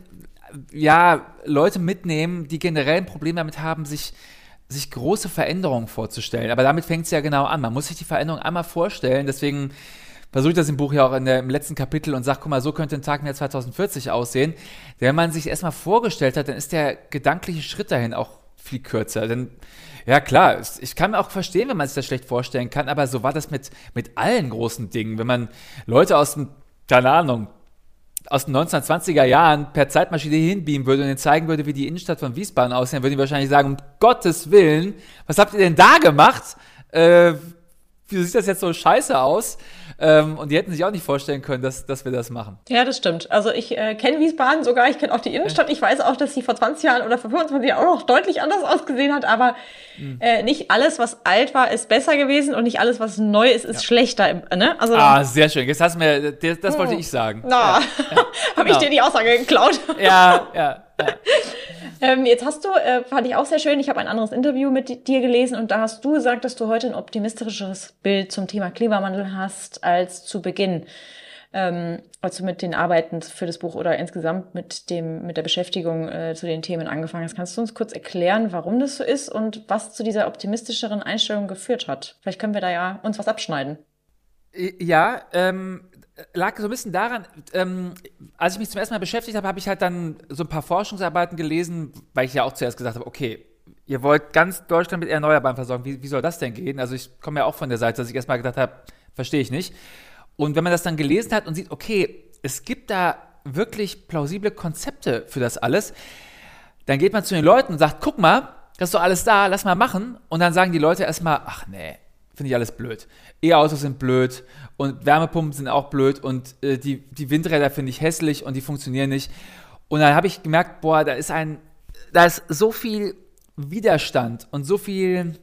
ja, Leute mitnehmen, die generell ein Problem damit haben, sich, sich große Veränderungen vorzustellen. Aber damit fängt es ja genau an. Man muss sich die Veränderung einmal vorstellen, deswegen versuche ich das im Buch ja auch in der, im letzten Kapitel und sage, guck mal, so könnte ein Tag im Jahr zweitausendvierzig aussehen. Wenn man sich erstmal vorgestellt hat, dann ist der gedankliche Schritt dahin auch viel kürzer. Denn, ja klar, ich kann mir auch verstehen, wenn man sich das schlecht vorstellen kann, aber so war das mit, mit allen großen Dingen. Wenn man Leute aus dem, keine Ahnung, aus den neunzehnhundertzwanziger Jahren per Zeitmaschine hinbeamen würde und ihnen zeigen würde, wie die Innenstadt von Wiesbaden aussehen, dann würden die wahrscheinlich sagen, um Gottes Willen, was habt ihr denn da gemacht? Äh, wieso sieht das jetzt so scheiße aus? Ähm, und die hätten sich auch nicht vorstellen können, dass, dass wir das machen. Ja, das stimmt. Also ich äh, kenne Wiesbaden sogar, ich kenne auch die Innenstadt. Ich weiß auch, dass sie vor zwanzig Jahren oder vor fünfundzwanzig Jahren auch noch deutlich anders ausgesehen hat, aber mhm. äh, nicht alles, was alt war, ist besser gewesen und nicht alles, was neu ist, ist ja. schlechter. Ne? Also, ah, sehr schön. Jetzt hast du mir, das, das wollte ich sagen. Na, ja. ja. Habe ich dir die Aussage geklaut? Ja, ja, ja. Ähm, jetzt hast du, äh, fand ich auch sehr schön, ich habe ein anderes Interview mit dir gelesen und da hast du gesagt, dass du heute ein optimistischeres Bild zum Thema Klimawandel hast als zu Beginn, ähm, als du mit den Arbeiten für das Buch oder insgesamt mit dem mit der Beschäftigung äh, zu den Themen angefangen hast. Kannst du uns kurz erklären, warum das so ist und was zu dieser optimistischeren Einstellung geführt hat? Vielleicht können wir da ja uns was abschneiden. Ja, ähm, lag so ein bisschen daran, ähm, als ich mich zum ersten Mal beschäftigt habe, habe ich halt dann so ein paar Forschungsarbeiten gelesen, weil ich ja auch zuerst gesagt habe, okay, ihr wollt ganz Deutschland mit Erneuerbaren versorgen, wie, wie soll das denn gehen? Also ich komme ja auch von der Seite, dass ich erstmal gedacht habe, verstehe ich nicht. Und wenn man das dann gelesen hat und sieht, okay, es gibt da wirklich plausible Konzepte für das alles, dann geht man zu den Leuten und sagt, guck mal, das ist doch alles da, lass mal machen. Und dann sagen die Leute erstmal, ach nee, finde ich alles blöd. E-Autos sind blöd und Wärmepumpen sind auch blöd und äh, die, die Windräder finde ich hässlich und die funktionieren nicht. Und dann habe ich gemerkt, boah, da ist ein, da ist so viel Widerstand und so viel,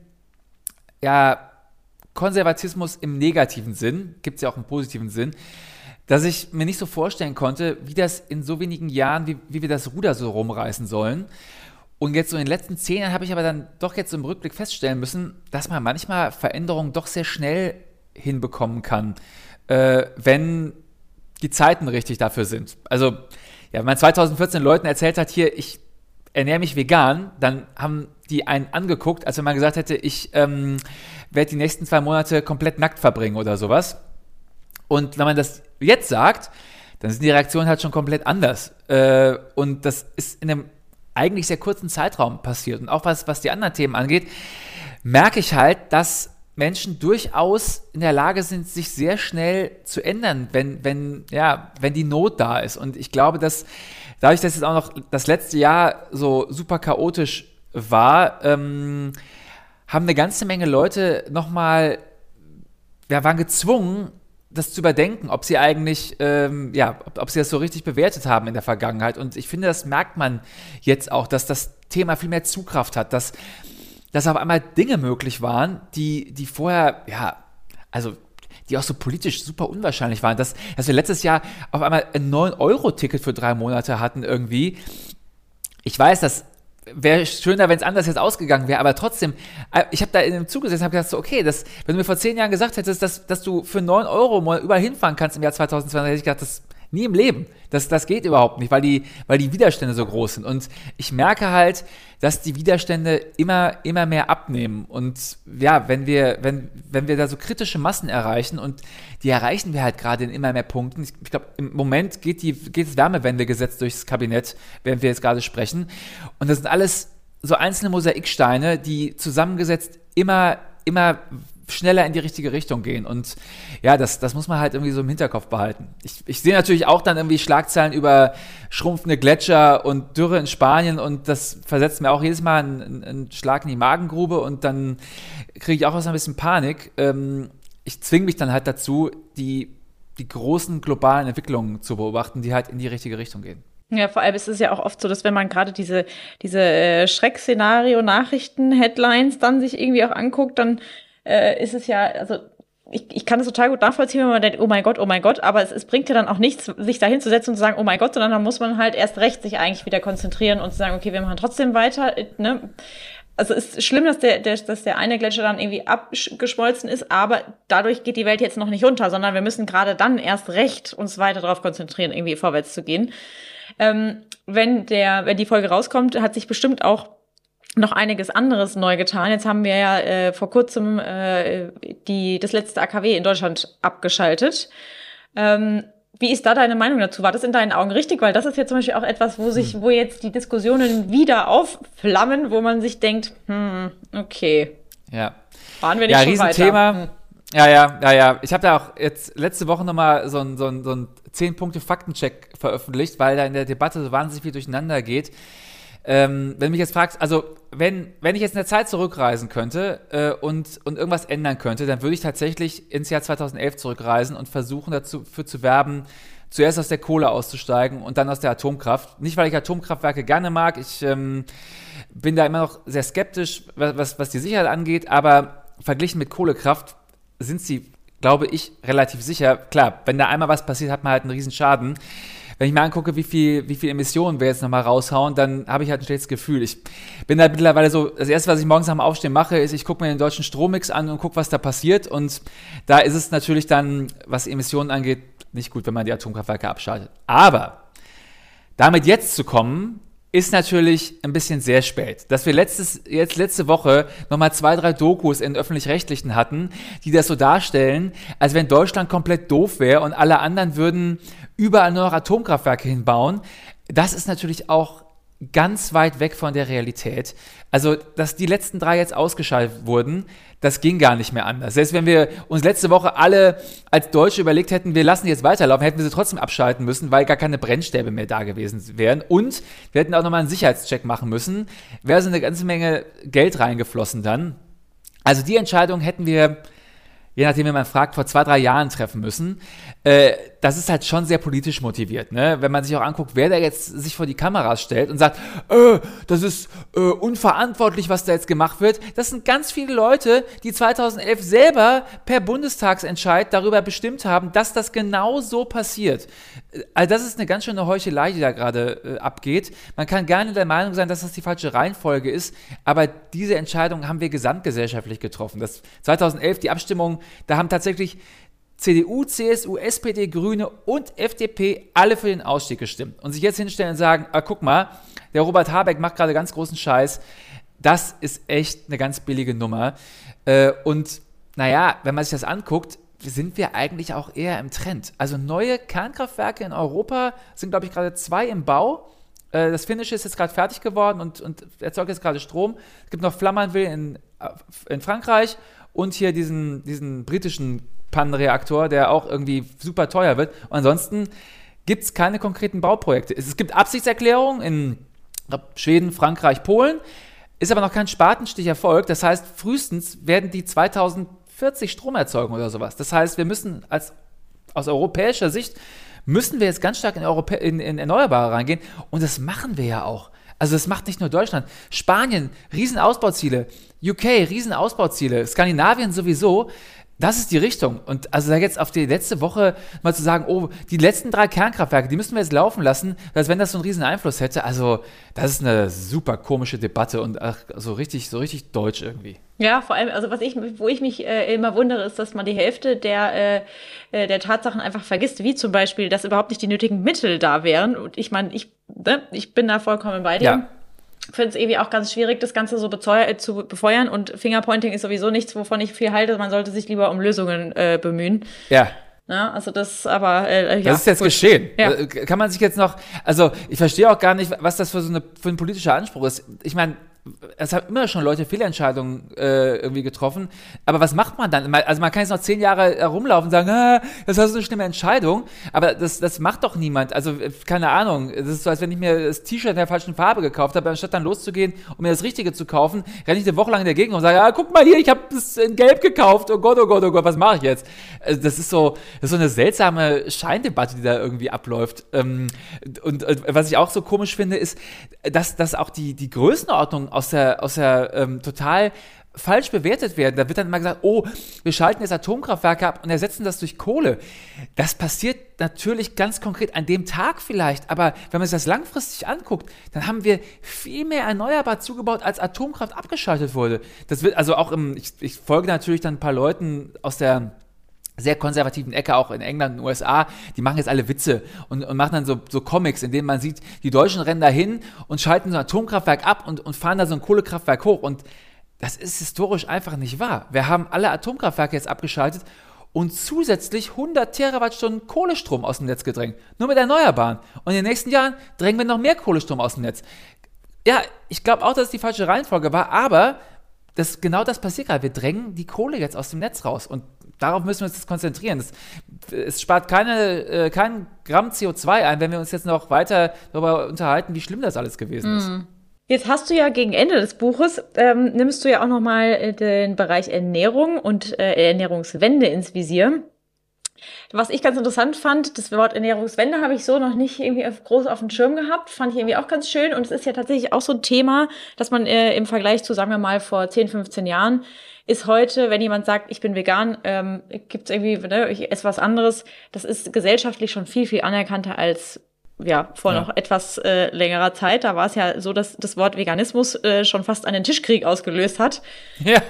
ja, Konservatismus im negativen Sinn, gibt es ja auch im positiven Sinn, dass ich mir nicht so vorstellen konnte, wie das in so wenigen Jahren, wie, wie wir das Ruder so rumreißen sollen. Und jetzt so in den letzten zehn Jahren habe ich aber dann doch jetzt im Rückblick feststellen müssen, dass man manchmal Veränderungen doch sehr schnell hinbekommen kann, äh, wenn die Zeiten richtig dafür sind. Also, ja, wenn man zweitausendvierzehn Leuten erzählt hat, hier, ich ernähre mich vegan, dann haben die einen angeguckt, als wenn man gesagt hätte, ich ähm, werde die nächsten zwei Monate komplett nackt verbringen oder sowas. Und wenn man das jetzt sagt, dann sind die Reaktionen halt schon komplett anders. Äh, und das ist in einem eigentlich sehr kurzen Zeitraum passiert. Und auch was, was die anderen Themen angeht, merke ich halt, dass Menschen durchaus in der Lage sind, sich sehr schnell zu ändern, wenn, wenn, ja, wenn die Not da ist. Und ich glaube, dass dadurch, dass jetzt auch noch das letzte Jahr so super chaotisch war, ähm, haben eine ganze Menge Leute nochmal, ja, waren gezwungen, das zu überdenken, ob sie eigentlich, ähm, ja, ob, ob sie das so richtig bewertet haben in der Vergangenheit. Und ich finde, das merkt man jetzt auch, dass das Thema viel mehr Zugkraft hat, dass, dass auf einmal Dinge möglich waren, die, die vorher, ja, also die auch so politisch super unwahrscheinlich waren, dass, dass wir letztes Jahr auf einmal ein neun Euro Ticket für drei Monate hatten irgendwie. Ich weiß, das wäre schöner, wenn es anders jetzt ausgegangen wäre, aber trotzdem, ich habe da in dem Zug gesessen und habe gedacht, so, okay, das, wenn du mir vor zehn Jahren gesagt hättest, dass, dass du für neun Euro mal überall hinfahren kannst im Jahr zweitausendzwanzig, hätte ich gedacht, das nie im Leben. Das, das geht überhaupt nicht, weil die, weil die Widerstände so groß sind. Und ich merke halt, dass die Widerstände immer, immer mehr abnehmen. Und ja, wenn wir, wenn, wenn wir da so kritische Massen erreichen, und die erreichen wir halt gerade in immer mehr Punkten. Ich, ich glaube, im Moment geht, die, geht das Wärmewendegesetz durchs Kabinett, während wir jetzt gerade sprechen. Und das sind alles so einzelne Mosaiksteine, die zusammengesetzt immer, immer schneller in die richtige Richtung gehen. Und ja, das, das muss man halt irgendwie so im Hinterkopf behalten. Ich, ich sehe natürlich auch dann irgendwie Schlagzeilen über schrumpfende Gletscher und Dürre in Spanien, und das versetzt mir auch jedes Mal einen, einen Schlag in die Magengrube, und dann kriege ich auch so ein bisschen Panik. Ähm, ich zwinge mich dann halt dazu, die, die großen globalen Entwicklungen zu beobachten, die halt in die richtige Richtung gehen. Ja, vor allem ist es ja auch oft so, dass wenn man gerade diese, diese äh, Schreckszenario-Nachrichten-Headlines dann sich irgendwie auch anguckt, dann äh, ist es ja, also ich, ich kann das total gut nachvollziehen, wenn man denkt, oh mein Gott, oh mein Gott, aber es, es bringt ja dann auch nichts, sich da hinzusetzen und zu sagen, oh mein Gott, sondern dann muss man halt erst recht sich eigentlich wieder konzentrieren und zu sagen, okay, wir machen trotzdem weiter, ne? Also es ist schlimm, dass der, der, dass der eine Gletscher dann irgendwie abgeschmolzen ist, aber dadurch geht die Welt jetzt noch nicht unter, sondern wir müssen gerade dann erst recht uns weiter darauf konzentrieren, irgendwie vorwärts zu gehen. Ähm, wenn der, wenn die Folge rauskommt, hat sich bestimmt auch noch einiges anderes neu getan. Jetzt haben wir ja äh, vor kurzem äh, die, das letzte A K W in Deutschland abgeschaltet. Ähm, wie ist da deine Meinung dazu? War das in deinen Augen richtig? Weil das ist ja zum Beispiel auch etwas, wo sich, wo jetzt die Diskussionen wieder aufflammen, wo man sich denkt, hm, okay. Ja. Waren wir nicht ja, schon Riesenthema. weiter? Hm. Ja, ja, ja, ja. Ich habe da auch jetzt letzte Woche nochmal so ein, so ein, so ein zehn-Punkte-Faktencheck veröffentlicht, weil da in der Debatte so wahnsinnig viel durcheinander geht. Ähm, wenn du mich jetzt fragst, also wenn, wenn ich jetzt in der Zeit zurückreisen könnte äh, und, und irgendwas ändern könnte, dann würde ich tatsächlich ins Jahr zweitausendelf zurückreisen und versuchen, dazu für zu werben, zuerst aus der Kohle auszusteigen und dann aus der Atomkraft. Nicht, weil ich Atomkraftwerke gerne mag, ich ähm, bin da immer noch sehr skeptisch, was, was die Sicherheit angeht, aber verglichen mit Kohlekraft sind sie, glaube ich, relativ sicher. Klar, wenn da einmal was passiert, hat man halt einen riesen Schaden. Wenn ich mir angucke, wie viel, wie viel Emissionen wir jetzt nochmal raushauen, dann habe ich halt ein schlechtes Gefühl. Ich bin halt mittlerweile so, das Erste, was ich morgens nach dem Aufstehen mache, ist, ich gucke mir den deutschen Strommix an und gucke, was da passiert. Und da ist es natürlich dann, was Emissionen angeht, nicht gut, wenn man die Atomkraftwerke abschaltet. Aber damit jetzt zu kommen, ist natürlich ein bisschen sehr spät. Dass wir letztes, jetzt letzte Woche nochmal zwei, drei Dokus in Öffentlich-Rechtlichen hatten, die das so darstellen, als wenn Deutschland komplett doof wäre und alle anderen würden überall nur noch Atomkraftwerke hinbauen. Das ist natürlich auch ganz weit weg von der Realität. Also, dass die letzten drei jetzt ausgeschaltet wurden, das ging gar nicht mehr anders. Selbst wenn wir uns letzte Woche alle als Deutsche überlegt hätten, wir lassen die jetzt weiterlaufen, hätten wir sie trotzdem abschalten müssen, weil gar keine Brennstäbe mehr da gewesen wären. Und wir hätten auch nochmal einen Sicherheitscheck machen müssen. Wäre so eine ganze Menge Geld reingeflossen dann. Also die Entscheidung hätten wir, je nachdem, wie man fragt, vor zwei, drei Jahren treffen müssen. Äh, das ist halt schon sehr politisch motiviert, ne? Wenn man sich auch anguckt, wer da jetzt sich vor die Kameras stellt und sagt, äh, das ist äh, unverantwortlich, was da jetzt gemacht wird. Das sind ganz viele Leute, die zweitausendelf selber per Bundestagsentscheid darüber bestimmt haben, dass das genau so passiert. Also das ist eine ganz schöne Heuchelei, die da gerade äh, abgeht. Man kann gerne der Meinung sein, dass das die falsche Reihenfolge ist, aber diese Entscheidung haben wir gesamtgesellschaftlich getroffen. Das zweitausendelf, die Abstimmung, da haben tatsächlich C D U, C S U, S P D, Grüne und F D P alle für den Ausstieg gestimmt. Und sich jetzt hinstellen und sagen, ah, guck mal, der Robert Habeck macht gerade ganz großen Scheiß, das ist echt eine ganz billige Nummer. Äh, und naja, wenn man sich das anguckt, sind wir eigentlich auch eher im Trend. Also neue Kernkraftwerke in Europa sind, glaube ich, gerade zwei im Bau. Äh, das Finnische ist jetzt gerade fertig geworden und, und erzeugt jetzt gerade Strom. Es gibt noch Flamanville in, in Frankreich und hier diesen, diesen britischen Pannenreaktor, der auch irgendwie super teuer wird. Und ansonsten gibt es keine konkreten Bauprojekte. Es, es gibt Absichtserklärungen in Schweden, Frankreich, Polen, ist aber noch kein Spatenstich erfolgt. Das heißt, frühestens werden die zweitausendvierzig Strom erzeugen oder sowas. Das heißt, wir müssen als, aus europäischer Sicht, müssen wir jetzt ganz stark in, Europä- in, in Erneuerbare reingehen. Und das machen wir ja auch. Also das macht nicht nur Deutschland. Spanien, Riesenausbauziele. U K, Riesenausbauziele. Skandinavien sowieso. Das ist die Richtung. Und also da jetzt auf die letzte Woche mal zu sagen, oh, die letzten drei Kernkraftwerke, die müssen wir jetzt laufen lassen, als wenn das so einen riesen Einfluss hätte. Also das ist eine super komische Debatte und ach, so richtig, so richtig deutsch irgendwie. Ja, vor allem, also was ich, wo ich mich äh, immer wundere, ist, dass man die Hälfte der, äh, der Tatsachen einfach vergisst, wie zum Beispiel, dass überhaupt nicht die nötigen Mittel da wären. Und ich meine, ich, ne, ich bin da vollkommen bei dir. Ja. Ich finde es irgendwie auch ganz schwierig, das Ganze so bezeuer- zu befeuern, und Fingerpointing ist sowieso nichts, wovon ich viel halte. Man sollte sich lieber um Lösungen äh, bemühen. Ja. Ja, also das aber, äh, ja. Das ist jetzt gut. geschehen. Ja. Kann man sich jetzt noch, also ich verstehe auch gar nicht, was das für so eine, für ein politischer Anspruch ist. Ich meine, es haben immer schon Leute Fehlentscheidungen äh, irgendwie getroffen, aber was macht man dann? Also man kann jetzt noch zehn Jahre herumlaufen und sagen, ah, das ist eine schlimme Entscheidung, aber das, das macht doch niemand. Also keine Ahnung, es ist so, als wenn ich mir das T-Shirt in der falschen Farbe gekauft habe, anstatt dann loszugehen und mir das Richtige zu kaufen, renne ich eine Woche lang in der Gegend und sage, ah, guck mal hier, ich habe das in Gelb gekauft, oh Gott, oh Gott, oh Gott, was mache ich jetzt? Also das ist so, das ist so eine seltsame Scheindebatte, die da irgendwie abläuft. Und, und was ich auch so komisch finde, ist, dass, dass auch die, die Größenordnung aus der, aus der ähm, total falsch bewertet werden. Da wird dann immer gesagt, oh, wir schalten jetzt Atomkraftwerke ab und ersetzen das durch Kohle. Das passiert natürlich ganz konkret an dem Tag vielleicht, aber wenn man sich das langfristig anguckt, dann haben wir viel mehr erneuerbar zugebaut, als Atomkraft abgeschaltet wurde. Das wird also auch im, ich, ich folge natürlich dann ein paar Leuten aus der sehr konservativen Ecke, auch in England und den U S A, die machen jetzt alle Witze und, und machen dann so, so Comics, in denen man sieht, die Deutschen rennen da hin und schalten so ein Atomkraftwerk ab und, und fahren da so ein Kohlekraftwerk hoch und das ist historisch einfach nicht wahr. Wir haben alle Atomkraftwerke jetzt abgeschaltet und zusätzlich hundert Terawattstunden Kohlestrom aus dem Netz gedrängt, nur mit Erneuerbaren. Und in den nächsten Jahren drängen wir noch mehr Kohlestrom aus dem Netz. Ja, ich glaube auch, dass es die falsche Reihenfolge war, aber das, genau das passiert gerade. Wir drängen die Kohle jetzt aus dem Netz raus und darauf müssen wir uns jetzt konzentrieren. Das, es spart keine, äh, kein Gramm C O zwei ein, wenn wir uns jetzt noch weiter darüber unterhalten, wie schlimm das alles gewesen ist. Mm. Jetzt hast du ja gegen Ende des Buches, ähm, nimmst du ja auch nochmal den Bereich Ernährung und äh, Ernährungswende ins Visier. Was ich ganz interessant fand, das Wort Ernährungswende habe ich so noch nicht irgendwie groß auf dem Schirm gehabt, fand ich irgendwie auch ganz schön. Und es ist ja tatsächlich auch so ein Thema, dass man äh, im Vergleich zu, sagen wir mal, vor zehn, fünfzehn Jahren, ist heute, wenn jemand sagt, ich bin vegan, ähm, gibt es irgendwie, ne, ich esse was anderes, das ist gesellschaftlich schon viel, viel anerkannter als ja vor ja. noch etwas äh, längerer Zeit. Da war es ja so, dass das Wort Veganismus äh, schon fast einen Tischkrieg ausgelöst hat. Ja.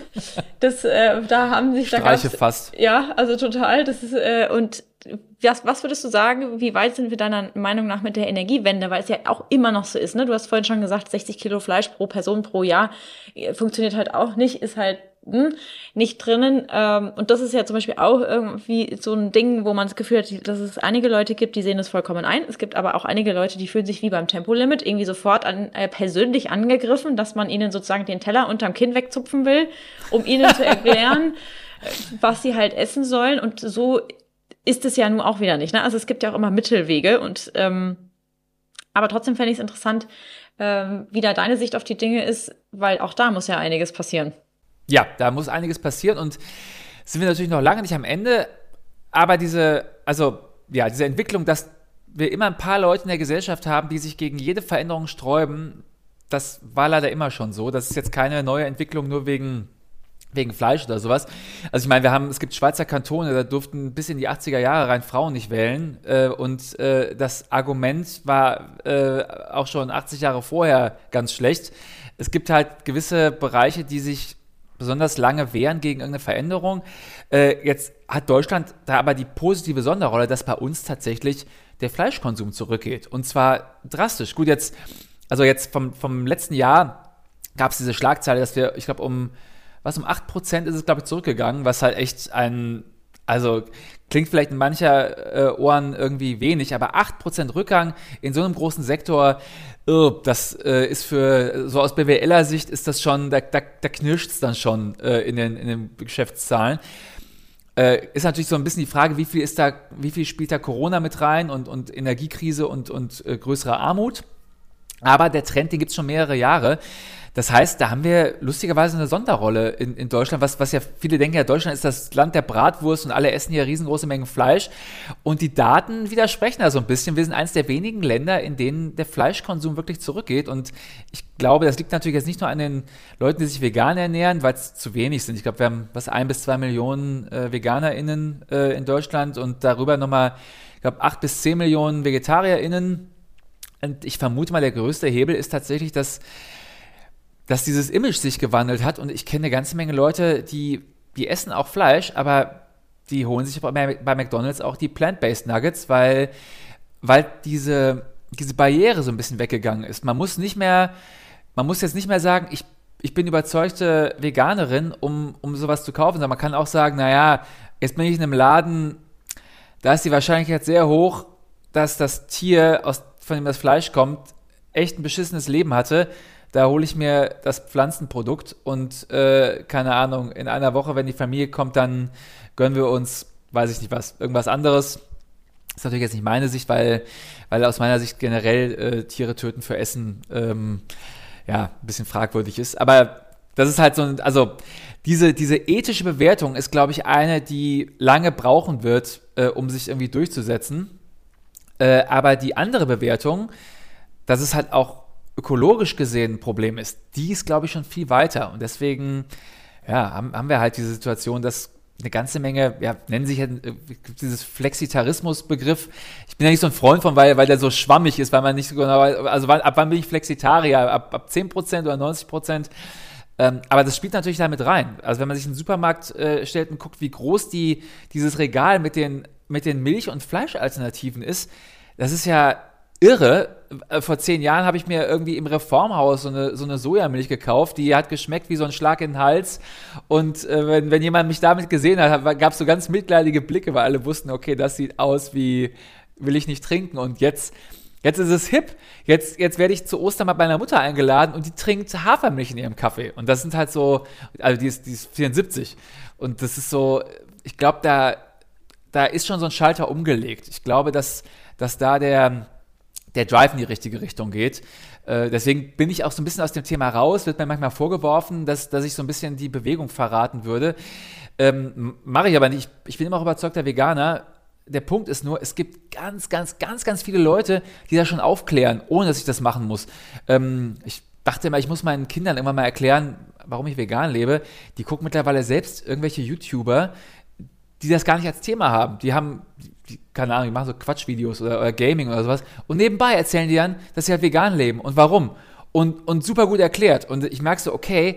Das, äh, da haben sich Streiche da fast. Ja, also total. Das ist äh, und was, was würdest du sagen, wie weit sind wir deiner Meinung nach mit der Energiewende? Weil es ja auch immer noch so ist, ne? Du hast vorhin schon gesagt, sechzig Kilo Fleisch pro Person pro Jahr funktioniert halt auch nicht, ist halt hm, nicht drinnen. Ähm, und das ist ja zum Beispiel auch irgendwie so ein Ding, wo man das Gefühl hat, dass es einige Leute gibt, die sehen das vollkommen ein. Es gibt aber auch einige Leute, die fühlen sich wie beim Tempolimit irgendwie sofort an, äh, persönlich angegriffen, dass man ihnen sozusagen den Teller unterm Kinn wegzupfen will, um ihnen zu erklären, was sie halt essen sollen. Und so ist es ja nun auch wieder nicht, ne? Also es gibt ja auch immer Mittelwege und ähm, aber trotzdem fände ich es interessant, ähm, wie da deine Sicht auf die Dinge ist, weil auch da muss ja einiges passieren. Ja, da muss einiges passieren und sind wir natürlich noch lange nicht am Ende, aber diese, also ja, diese Entwicklung, dass wir immer ein paar Leute in der Gesellschaft haben, die sich gegen jede Veränderung sträuben, das war leider immer schon so. Das ist jetzt keine neue Entwicklung nur wegen wegen Fleisch oder sowas. Also ich meine, wir haben, es gibt Schweizer Kantone, da durften bis in die achtziger Jahre rein Frauen nicht wählen äh, und äh, das Argument war äh, auch schon achtzig Jahre vorher ganz schlecht. Es gibt halt gewisse Bereiche, die sich besonders lange wehren gegen irgendeine Veränderung. Äh, jetzt hat Deutschland da aber die positive Sonderrolle, dass bei uns tatsächlich der Fleischkonsum zurückgeht und zwar drastisch. Gut, jetzt, also jetzt vom, vom letzten Jahr gab es diese Schlagzeile, dass wir, ich glaube, um was um acht Prozent ist es, glaube ich, zurückgegangen, was halt echt ein, also klingt vielleicht in mancher äh, Ohren irgendwie wenig, aber acht Prozent Rückgang in so einem großen Sektor, oh, das äh, ist für, so aus B W L-er-Sicht ist das schon, da, da, da knirscht es dann schon äh, in, den, in den Geschäftszahlen. Äh, ist natürlich so ein bisschen die Frage, wie viel ist da, wie viel spielt da Corona mit rein und, und Energiekrise und, und äh, größere Armut. Aber der Trend, den gibt es schon mehrere Jahre. Das heißt, da haben wir lustigerweise eine Sonderrolle in, in Deutschland, was, was ja viele denken, ja, Deutschland ist das Land der Bratwurst und alle essen hier riesengroße Mengen Fleisch. Und die Daten widersprechen da so ein bisschen. Wir sind eines der wenigen Länder, in denen der Fleischkonsum wirklich zurückgeht. Und ich glaube, das liegt natürlich jetzt nicht nur an den Leuten, die sich vegan ernähren, weil es zu wenig sind. Ich glaube, wir haben was ein bis zwei Millionen äh, VeganerInnen äh, in Deutschland und darüber nochmal, ich glaube, acht bis zehn Millionen VegetarierInnen. Und ich vermute mal, der größte Hebel ist tatsächlich, dass dass dieses Image sich gewandelt hat und ich kenne eine ganze Menge Leute, die, die essen auch Fleisch, aber die holen sich bei, bei McDonald's auch die Plant-Based Nuggets, weil, weil diese, diese Barriere so ein bisschen weggegangen ist. Man muss nicht mehr, man muss jetzt nicht mehr sagen, ich, ich bin überzeugte Veganerin, um, um sowas zu kaufen, sondern man kann auch sagen, naja, jetzt bin ich in einem Laden, da ist die Wahrscheinlichkeit sehr hoch, dass das Tier, aus, von dem das Fleisch kommt, echt ein beschissenes Leben hatte. da hole ich mir das Pflanzenprodukt und äh, keine Ahnung, in einer Woche, wenn die Familie kommt, dann gönnen wir uns, weiß ich nicht was, irgendwas anderes. Das ist natürlich jetzt nicht meine Sicht, weil, weil aus meiner Sicht generell äh, Tiere töten für Essen ähm, ja, ein bisschen fragwürdig ist. Aber das ist halt so ein, also diese, diese ethische Bewertung ist, glaube ich, eine, die lange brauchen wird, äh, um sich irgendwie durchzusetzen. Äh, aber die andere Bewertung, dass es halt auch ökologisch gesehen ein Problem ist, die ist, glaube ich, schon viel weiter. Und deswegen ja, haben, haben wir halt diese Situation, dass eine ganze Menge, ja, nennen sich ja äh, dieses Flexitarismus-Begriff. Ich bin ja nicht so ein Freund von, weil, weil der so schwammig ist, weil man nicht so genau weiß, also wann, ab wann bin ich Flexitarier? Ab, ab zehn Prozent oder neunzig Prozent? Ähm, aber das spielt natürlich da mit rein. Also wenn man sich in den Supermarkt äh, stellt und guckt, wie groß die, dieses Regal mit den, mit den Milch- und Fleischalternativen ist, das ist ja irre. Vor zehn Jahren habe ich mir irgendwie im Reformhaus so eine, so eine Sojamilch gekauft, die hat geschmeckt wie so ein Schlag in den Hals. Und äh, wenn, wenn jemand mich damit gesehen hat, gab es so ganz mitleidige Blicke, weil alle wussten, okay, das sieht aus wie, will ich nicht trinken. Und jetzt, jetzt ist es hip. Jetzt, jetzt werde ich zu Ostern mal bei meiner Mutter eingeladen und die trinkt Hafermilch in ihrem Kaffee. Und das sind halt so, also die ist, die ist vierundsiebzig. Und das ist so, ich glaube, da, da ist schon so ein Schalter umgelegt. Ich glaube, dass, dass da der der Drive in die richtige Richtung geht. Äh, deswegen bin ich auch so ein bisschen aus dem Thema raus, wird mir manchmal vorgeworfen, dass, dass ich so ein bisschen die Bewegung verraten würde. Ähm, mache ich aber nicht. Ich bin immer auch überzeugter Veganer. Der Punkt ist nur, es gibt ganz, ganz, ganz, ganz viele Leute, die das schon aufklären, ohne dass ich das machen muss. Ähm, ich dachte immer, ich muss meinen Kindern irgendwann mal erklären, warum ich vegan lebe. Die gucken mittlerweile selbst irgendwelche YouTuber, die das gar nicht als Thema haben. Die haben, die, keine Ahnung, die machen so Quatschvideos oder, oder Gaming oder sowas. Und nebenbei erzählen die dann, dass sie halt vegan leben und warum. Und, und super gut erklärt. Und ich merke so, okay,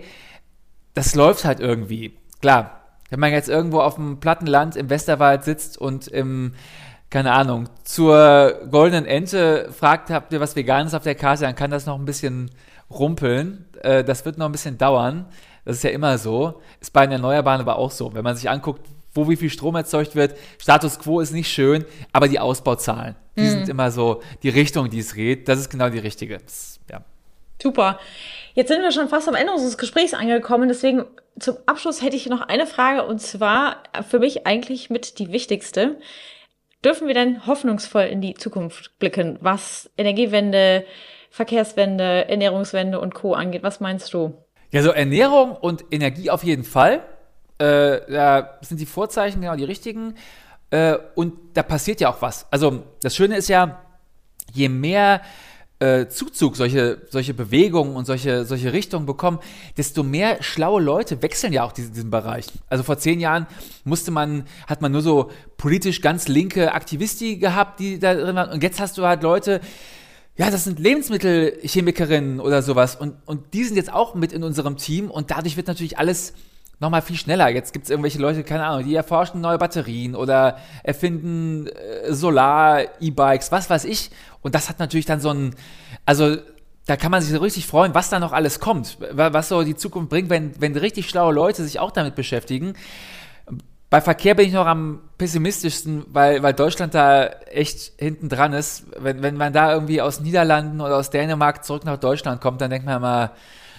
das läuft halt irgendwie. Klar, wenn man jetzt irgendwo auf dem platten Land im Westerwald sitzt und im, keine Ahnung, zur goldenen Ente fragt, habt ihr was Veganes auf der Karte, dann kann das noch ein bisschen rumpeln. Äh, das wird noch ein bisschen dauern. Das ist ja immer so. Ist bei den Erneuerbaren aber auch so. Wenn man sich anguckt, wo wie viel Strom erzeugt wird. Status quo ist nicht schön, aber die Ausbauzahlen, die mhm. sind immer so die Richtung, die es geht. Das ist genau die richtige. Das, ja. Super. Jetzt sind wir schon fast am Ende unseres Gesprächs angekommen. Deswegen zum Abschluss hätte ich noch eine Frage und zwar für mich eigentlich mit die wichtigste. Dürfen wir denn hoffnungsvoll in die Zukunft blicken, was Energiewende, Verkehrswende, Ernährungswende und Co. angeht? Was meinst du? Ja, so Ernährung und Energie auf jeden Fall. Äh, da sind die Vorzeichen genau die richtigen äh, und da passiert ja auch was. Also das Schöne ist ja, je mehr äh, Zuzug solche, solche Bewegungen und solche, solche Richtungen bekommen, desto mehr schlaue Leute wechseln ja auch diesen, diesen Bereich. Also vor zehn Jahren musste man, hat man nur so politisch ganz linke Aktivisti gehabt, die da drin waren und jetzt hast du halt Leute, ja, das sind Lebensmittelchemikerinnen oder sowas und, und die sind jetzt auch mit in unserem Team und dadurch wird natürlich alles nochmal viel schneller. Jetzt gibt es irgendwelche Leute, keine Ahnung, die erforschen neue Batterien oder erfinden äh, Solar-E-Bikes, was weiß ich. Und das hat natürlich dann so ein, also da kann man sich so richtig freuen, was da noch alles kommt, was so die Zukunft bringt, wenn, wenn richtig schlaue Leute sich auch damit beschäftigen. Bei Verkehr bin ich noch am pessimistischsten, weil, weil Deutschland da echt hinten dran ist. Wenn, wenn man da irgendwie aus Niederlanden oder aus Dänemark zurück nach Deutschland kommt, dann denkt man immer,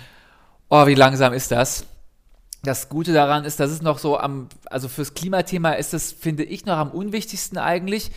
oh, wie langsam ist das? Das Gute daran ist, dass es noch so am, also fürs Klimathema ist das, finde ich, noch am unwichtigsten eigentlich.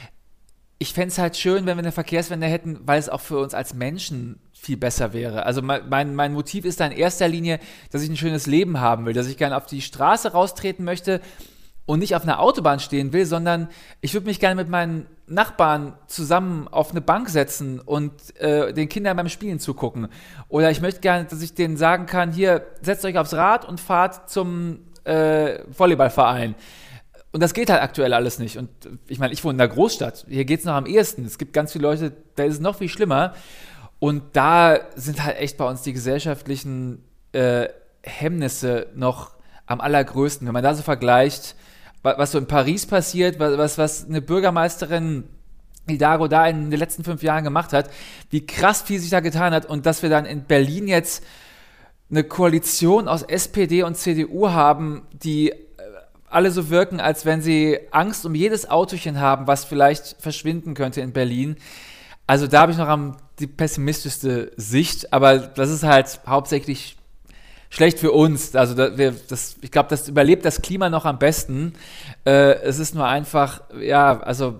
Ich fände es halt schön, wenn wir eine Verkehrswende hätten, weil es auch für uns als Menschen viel besser wäre. Also mein, mein Motiv ist da in erster Linie, dass ich ein schönes Leben haben will, dass ich gerne auf die Straße raustreten möchte und nicht auf einer Autobahn stehen will, sondern ich würde mich gerne mit meinen Nachbarn zusammen auf eine Bank setzen und äh, den Kindern beim Spielen zugucken. Oder ich möchte gerne, dass ich denen sagen kann, hier, setzt euch aufs Rad und fahrt zum äh, Volleyballverein. Und das geht halt aktuell alles nicht. Und ich meine, ich wohne in der Großstadt. Hier geht es noch am ehesten. Es gibt ganz viele Leute, da ist es noch viel schlimmer. Und da sind halt echt bei uns die gesellschaftlichen äh, Hemmnisse noch am allergrößten. Wenn man da so vergleicht, was so in Paris passiert, was, was eine Bürgermeisterin Hidalgo da in den letzten fünf Jahren gemacht hat, wie krass viel sich da getan hat und dass wir dann in Berlin jetzt eine Koalition aus S P D und C D U haben, die alle so wirken, als wenn sie Angst um jedes Autochen haben, was vielleicht verschwinden könnte in Berlin. Also da habe ich noch am die pessimistischste Sicht, aber das ist halt hauptsächlich schlecht für uns. Also da, wir, das, ich glaube, das überlebt das Klima noch am besten. Äh, es ist nur einfach, ja, also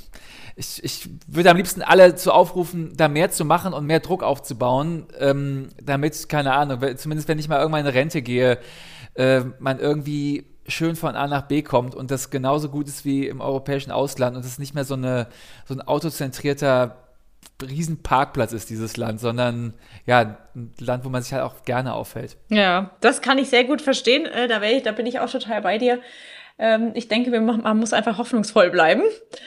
ich, ich würde am liebsten alle zu aufrufen, da mehr zu machen und mehr Druck aufzubauen, ähm, damit, keine Ahnung, zumindest wenn ich mal irgendwann in Rente gehe, äh, man irgendwie schön von A nach B kommt und das genauso gut ist wie im europäischen Ausland und es nicht mehr so, eine, so ein autozentrierter Riesenparkplatz ist, dieses Land, sondern ja, ein Land, wo man sich halt auch gerne aufhält. Ja, das kann ich sehr gut verstehen. Äh, da, ich, da bin ich auch total bei dir. Ähm, ich denke, man muss einfach hoffnungsvoll bleiben.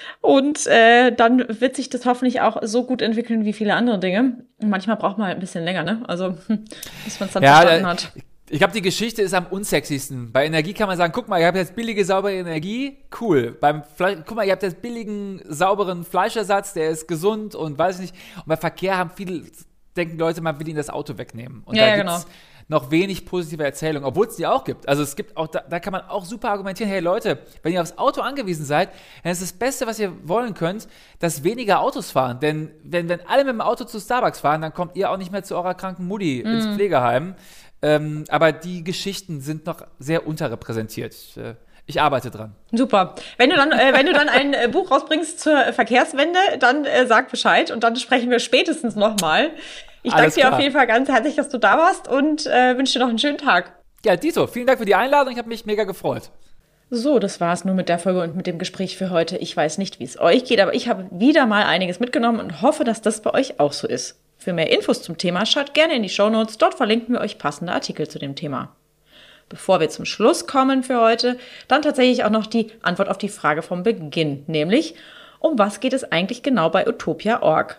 Und äh, dann wird sich das hoffentlich auch so gut entwickeln wie viele andere Dinge. Und manchmal braucht man halt ein bisschen länger, ne? Also, bis man es dann ja, verstanden äh, hat. Ich glaube, die Geschichte ist am unsexiesten. Bei Energie kann man sagen, guck mal, ihr habt jetzt billige, saubere Energie, cool. Beim Fleisch, guck mal, ihr habt jetzt billigen, sauberen Fleischersatz, der ist gesund und weiß ich nicht. Und bei Verkehr haben viele, denken Leute, man will ihnen das Auto wegnehmen. Und ja, da ja, gibt's genau. noch wenig positive Erzählungen, obwohl es die auch gibt. Also es gibt auch, da, da kann man auch super argumentieren, hey Leute, wenn ihr aufs Auto angewiesen seid, dann ist das Beste, was ihr wollen könnt, dass weniger Autos fahren. Denn wenn, wenn alle mit dem Auto zu Starbucks fahren, dann kommt ihr auch nicht mehr zu eurer kranken Mutti mm. ins Pflegeheim. Ähm, aber die Geschichten sind noch sehr unterrepräsentiert. Ich, äh, ich arbeite dran. Super. Wenn du dann, äh, wenn du dann ein äh, Buch rausbringst zur Verkehrswende, dann äh, sag Bescheid und dann sprechen wir spätestens nochmal. Ich danke dir auf jeden Fall ganz herzlich, dass du da warst und äh, wünsche dir noch einen schönen Tag. Ja, Dito, vielen Dank für die Einladung. Ich habe mich mega gefreut. So, das war's nur mit der Folge und mit dem Gespräch für heute. Ich weiß nicht, wie es euch geht, aber ich habe wieder mal einiges mitgenommen und hoffe, dass das bei euch auch so ist. Für mehr Infos zum Thema schaut gerne in die Shownotes, dort verlinken wir euch passende Artikel zu dem Thema. Bevor wir zum Schluss kommen für heute, dann tatsächlich auch noch die Antwort auf die Frage vom Beginn, nämlich, um was geht es eigentlich genau bei Utopia Punkt org?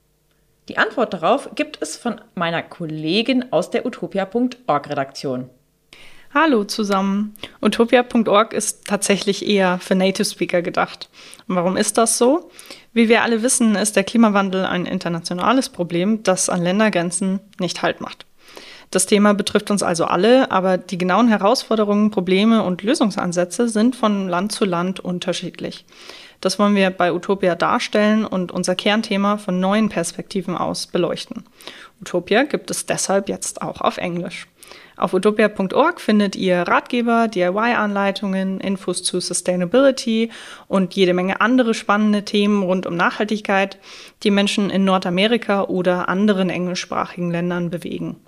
Die Antwort darauf gibt es von meiner Kollegin aus der Utopia Punkt org Redaktion. Hallo zusammen. Utopia Punkt org ist tatsächlich eher für Native Speaker gedacht. Und warum ist das so? Wie wir alle wissen, ist der Klimawandel ein internationales Problem, das an Ländergrenzen nicht Halt macht. Das Thema betrifft uns also alle, aber die genauen Herausforderungen, Probleme und Lösungsansätze sind von Land zu Land unterschiedlich. Das wollen wir bei Utopia darstellen und unser Kernthema von neuen Perspektiven aus beleuchten. Utopia gibt es deshalb jetzt auch auf Englisch. Auf Utopia Punkt org findet ihr Ratgeber, D I Y-Anleitungen, Infos zu Sustainability und jede Menge andere spannende Themen rund um Nachhaltigkeit, die Menschen in Nordamerika oder anderen englischsprachigen Ländern bewegen.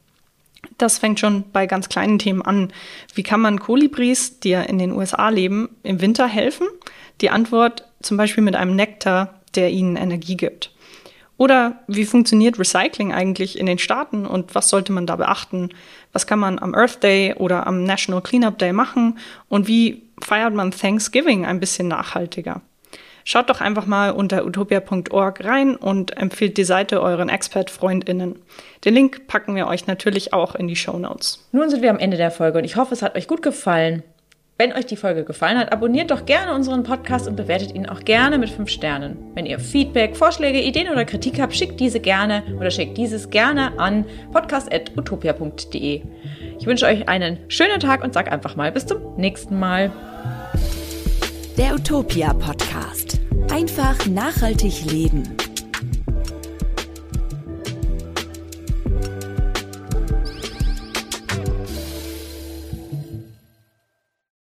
Das fängt schon bei ganz kleinen Themen an. Wie kann man Kolibris, die ja in den U S A leben, im Winter helfen? Die Antwort zum Beispiel mit einem Nektar, der ihnen Energie gibt. Oder wie funktioniert Recycling eigentlich in den Staaten und was sollte man da beachten? Was kann man am Earth Day oder am National Cleanup Day machen? Und wie feiert man Thanksgiving ein bisschen nachhaltiger? Schaut doch einfach mal unter Utopia Punkt org rein und empfiehlt die Seite euren Expert-FreundInnen. Den Link packen wir euch natürlich auch in die Shownotes. Nun sind wir am Ende der Folge und ich hoffe, es hat euch gut gefallen. Wenn euch die Folge gefallen hat, abonniert doch gerne unseren Podcast und bewertet ihn auch gerne mit fünf Sternen. Wenn ihr Feedback, Vorschläge, Ideen oder Kritik habt, schickt diese gerne oder schickt dieses gerne an podcast at utopia punkt de. Ich wünsche euch einen schönen Tag und sage einfach mal bis zum nächsten Mal. Der Utopia Podcast. Einfach nachhaltig leben.